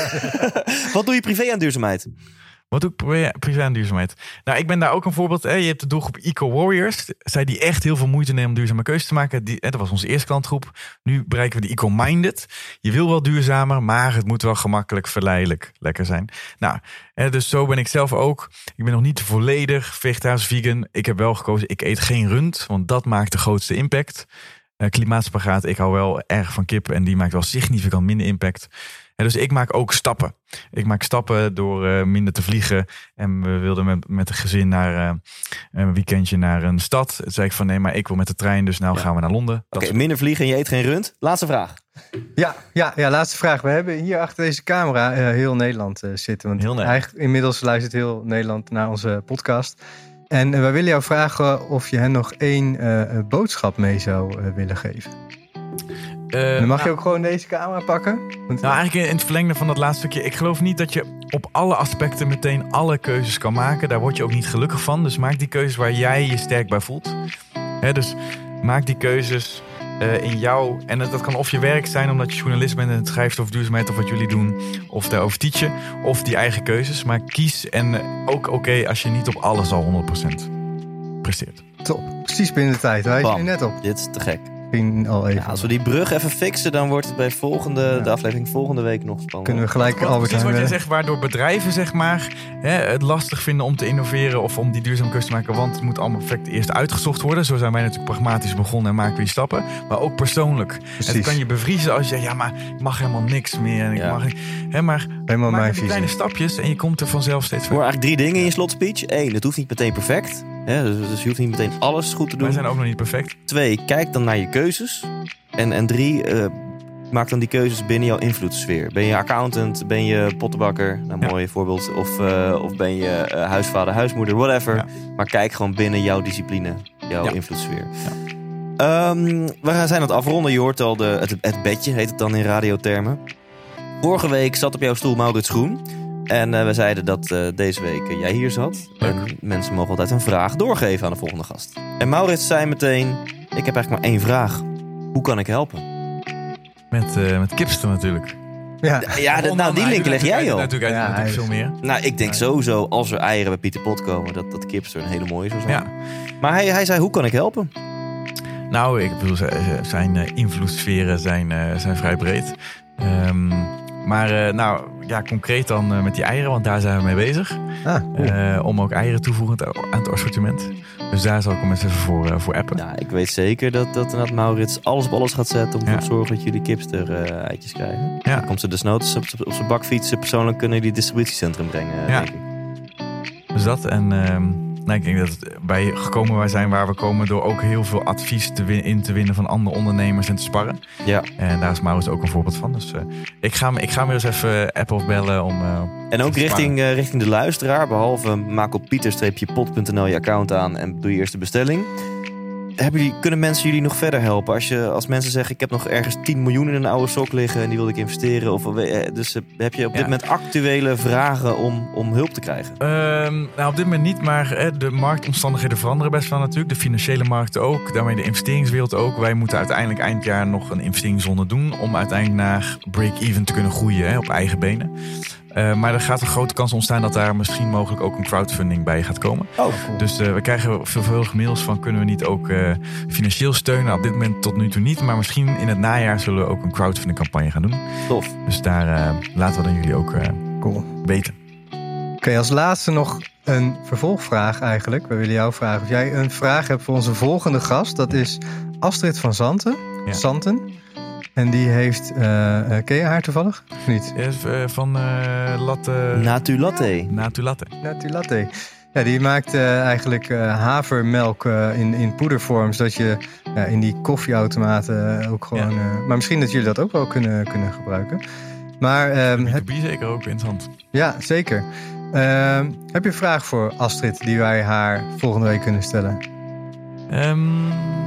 Wat doe je privé aan duurzaamheid? Wat doe ik privé aan duurzaamheid? Nou, ik ben daar ook een voorbeeld. Hè. Je hebt de doelgroep Eco Warriors. Zij die echt heel veel moeite nemen om duurzame keuzes te maken. Die, hè, dat was onze eerste klantgroep. Nu bereiken we de Eco Minded. Je wil wel duurzamer, maar het moet wel gemakkelijk, verleidelijk lekker zijn. Nou, hè, dus zo ben ik zelf ook. Ik ben nog niet volledig vegetarisch vegan. Ik heb wel gekozen, ik eet geen rund. Want dat maakt de grootste impact. Uh, klimaatspagaat, ik hou wel erg van kip. En die maakt wel significant minder impact. En dus ik maak ook stappen. Ik maak stappen door uh, minder te vliegen. En we wilden met, met een gezin naar uh, een weekendje naar een stad. Toen zei ik van nee, maar ik wil met de trein. Dus nou ja. gaan we naar Londen. Oké, okay, minder vliegen en je eet geen rund. Laatste vraag. Ja, ja, ja, laatste vraag. We hebben hier achter deze camera uh, heel Nederland uh, zitten. Want heel eigenlijk inmiddels luistert heel Nederland naar onze podcast. En uh, wij willen jou vragen of je hen nog één uh, boodschap mee zou uh, willen geven. Uh, dan mag nou, je ook gewoon deze camera pakken. Want... Nou, eigenlijk in het verlengde van dat laatste stukje. Ik geloof niet dat je op alle aspecten meteen alle keuzes kan maken. Daar word je ook niet gelukkig van. Dus maak die keuzes waar jij je sterk bij voelt. Hè, dus maak die keuzes uh, in jou. En dat kan of je werk zijn omdat je journalist bent en het schrijft over duurzaamheid of wat jullie doen. Of daarover teachen. Of die eigen keuzes. Maar kies en ook oké okay, als je niet op alles al honderd procent presteert. Top. Precies binnen de tijd. Wij zijn er net op. Dit is te gek. misschien al even. Ja, als we die brug even fixen, dan wordt het bij volgende, ja. de aflevering volgende week nog spannend. Kunnen we gelijk wat, Albert precies wat Heijn jij zegt, waardoor bedrijven zeg maar, hè, het lastig vinden om te innoveren of om die duurzame keuze te maken, want het moet allemaal perfect eerst uitgezocht worden. Zo zijn wij natuurlijk pragmatisch begonnen en maken we die stappen. Maar ook persoonlijk. Het kan je bevriezen als je zegt, ja, maar ik mag helemaal niks meer. En ik ja. mag, hè, maar helemaal maak mijn die kleine stapjes en je komt er vanzelf steeds voor. verder. Eigenlijk drie dingen in je slotspeech. Eén, het hoeft niet meteen perfect. Hè, dus, dus je hoeft niet meteen alles goed te doen. Wij zijn ook nog niet perfect. Twee, kijk dan naar je keuzes. En, en drie, uh, maak dan die keuzes binnen jouw invloedssfeer. Ben je accountant, ben je pottenbakker, nou mooi ja. voorbeeld. Of, uh, of ben je uh, huisvader, huismoeder, whatever. Ja. Maar kijk gewoon binnen jouw discipline, jouw ja. invloedssfeer. Ja. Um, we zijn aan het afronden. Je hoort al de, het, het bedje, heet het dan in radiothermen. Vorige week zat op jouw stoel Maurits Groen. En uh, we zeiden dat uh, deze week uh, jij hier zat. Leuk. En mensen mogen altijd een vraag doorgeven aan de volgende gast. En Maurits zei meteen, ik heb eigenlijk maar één vraag. Hoe kan ik helpen? Met, uh, met Kipster natuurlijk. Ja, ja de, nou die link leg jij al. Natuurlijk uit, ja, natuurlijk veel meer. Nou, ik denk sowieso als er eieren bij Pieter Pot komen, dat, dat Kipster een hele mooie zou zijn. Ja. Maar hij, hij zei, hoe kan ik helpen? Nou, ik bedoel, zijn uh, invloedssferen zijn, uh, zijn vrij breed. Um, maar uh, nou, ja, concreet dan uh, met die eieren, want daar zijn we mee bezig. Ah, cool. uh, om ook eieren toevoegen aan het assortiment. Dus daar zal ik hem eens even voor, uh, voor appen. Ja, ik weet zeker dat, dat inderdaad Maurits alles op alles gaat zetten om ja. te zorgen dat jullie Kipster uh, eitjes krijgen. Ja. Dan komt ze desnoods op, op zijn bakfietsen persoonlijk kunnen die distributiecentrum brengen, ja. denk ik. Dus dat en... Um, Nou, ik denk dat wij gekomen wij zijn waar we komen door ook heel veel advies te win- in te winnen van andere ondernemers en te sparren. Ja. En daar is Maurits ook een voorbeeld van. Dus uh, ik ga hem ik ga hem eens even appen of bellen om. Uh, en ook richting, uh, richting de luisteraar, behalve maak op pieter pot punt n l je account aan en doe je eerste bestelling. Hebben jullie, kunnen mensen jullie nog verder helpen? Als, je, als mensen zeggen, ik heb nog ergens tien miljoen in een oude sok liggen en die wil ik investeren. Of, dus heb je op dit ja. moment actuele vragen om, om hulp te krijgen? Um, nou, op dit moment niet, maar eh, de marktomstandigheden veranderen best wel natuurlijk. De financiële markt ook, daarmee de investeringswereld ook. Wij moeten uiteindelijk eind jaar nog een investeringsronde doen om uiteindelijk naar break-even te kunnen groeien hè, op eigen benen. Uh, maar er gaat een grote kans ontstaan dat daar misschien mogelijk ook een crowdfunding bij gaat komen. Oh, cool. Dus uh, we krijgen veel mails van kunnen we niet ook uh, financieel steunen. Nou, op dit moment tot nu toe niet, maar misschien in het najaar zullen we ook een crowdfunding campagne gaan doen. Tof. Dus daar uh, laten we dan jullie ook uh, cool. weten. Oké, okay, als laatste nog een vervolgvraag eigenlijk. We willen jou vragen of jij een vraag hebt voor onze volgende gast. Dat is Astrid van Zanten. Ja. Zanten. En die heeft... Uh, uh, ken je haar toevallig? Of niet? Ja, van uh, Latte... Natulatte. Natulatte. Natulatte. Ja, die maakt uh, eigenlijk uh, havermelk uh, in, in poedervorm. Zodat je uh, in die koffieautomaten uh, ook gewoon... Ja. Uh, maar misschien dat jullie dat ook wel kunnen, kunnen gebruiken. Maar... Um, B twee B zeker ook interessant. Ja, zeker. Uh, heb je een vraag voor Astrid die wij haar volgende week kunnen stellen? Um...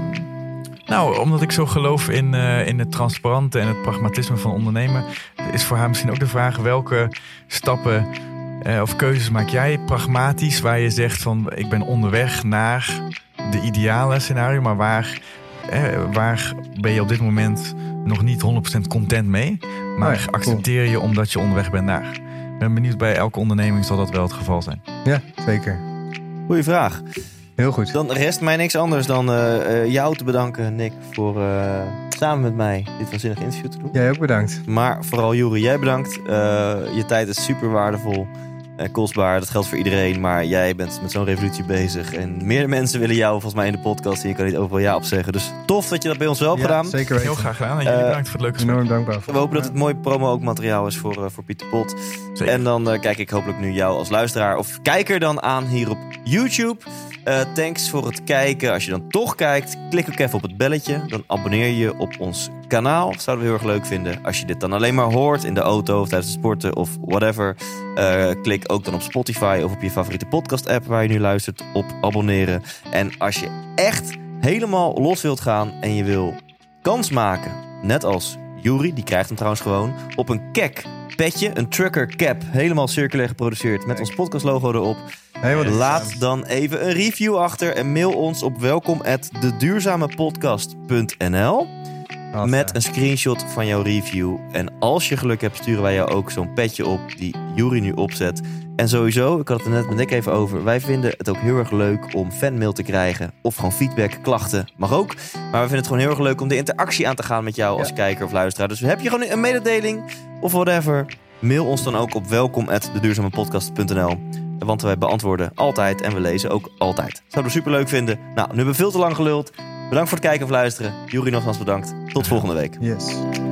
Nou, omdat ik zo geloof in, uh, in het transparante en het pragmatisme van ondernemen, is voor haar misschien ook de vraag welke stappen uh, of keuzes maak jij pragmatisch waar je zegt van ik ben onderweg naar de ideale scenario, maar waar, eh, waar ben je op dit moment nog niet honderd procent content mee, maar oh ja, accepteer cool. je omdat je onderweg bent naar. Ik ben benieuwd, bij elke onderneming zal dat wel het geval zijn. Ja, zeker. Goeie vraag. Heel goed. Dan rest mij niks anders dan uh, uh, jou te bedanken, Nick, voor uh, samen met mij dit waanzinnige interview te doen. Jij ook bedankt. Maar vooral Joeri, jij bedankt. Uh, je tijd is super waardevol en kostbaar. Dat geldt voor iedereen, maar jij bent met zo'n revolutie bezig. En meer mensen willen jou volgens mij in de podcast en je kan niet overal ja op zeggen. Dus tof dat je dat bij ons wel hebt ja, gedaan. Zeker weten. Heel graag gedaan en jullie uh, bedankt voor het leuke gesprek. Enorm dankbaar voor. We hopen dat het mooi promo ook materiaal is voor, uh, voor Pieter Pot. Zeker. En dan uh, kijk ik hopelijk nu jou als luisteraar of kijker dan aan hier op YouTube. Uh, thanks voor het kijken. Als je dan toch kijkt, klik ook even op het belletje. Dan abonneer je op ons kanaal. Dat zouden we heel erg leuk vinden. Als je dit dan alleen maar hoort in de auto of tijdens het sporten of whatever. Uh, klik ook dan op Spotify of op je favoriete podcast app waar je nu luistert op abonneren. En als je echt helemaal los wilt gaan en je wil kans maken, net als Joeri, die krijgt hem trouwens gewoon, op een kek petje, een trucker cap, helemaal circulair geproduceerd met ons podcastlogo erop. Laat dan even een review achter en mail ons op welkom at de duurzame podcast punt n l. Altijd. met een screenshot van jouw review. En als je geluk hebt, sturen wij jou ook zo'n petje op die Juri nu opzet. En sowieso, ik had het er net met Nick even over. Wij vinden het ook heel erg leuk om fanmail te krijgen. Of gewoon feedback, klachten, mag ook. Maar we vinden het gewoon heel erg leuk om de interactie aan te gaan met jou als Ja. kijker of luisteraar. Dus heb je gewoon een mededeling of whatever, mail ons dan ook op welkom at de duurzame podcast punt n l. Want wij beantwoorden altijd en we lezen ook altijd. Zouden we super leuk vinden. Nou, nu hebben we veel te lang geluld. Bedankt voor het kijken of luisteren. Juri, nogmaals bedankt. Tot volgende week. Yes.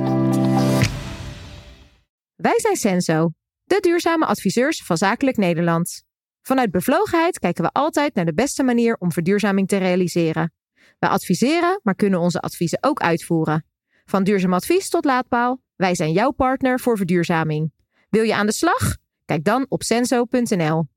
Wij zijn Senso, de duurzame adviseurs van Zakelijk Nederland. Vanuit bevlogenheid kijken we altijd naar de beste manier om verduurzaming te realiseren. Wij adviseren, maar kunnen onze adviezen ook uitvoeren. Van duurzaam advies tot laadpaal, wij zijn jouw partner voor verduurzaming. Wil je aan de slag? Kijk dan op senso punt n l.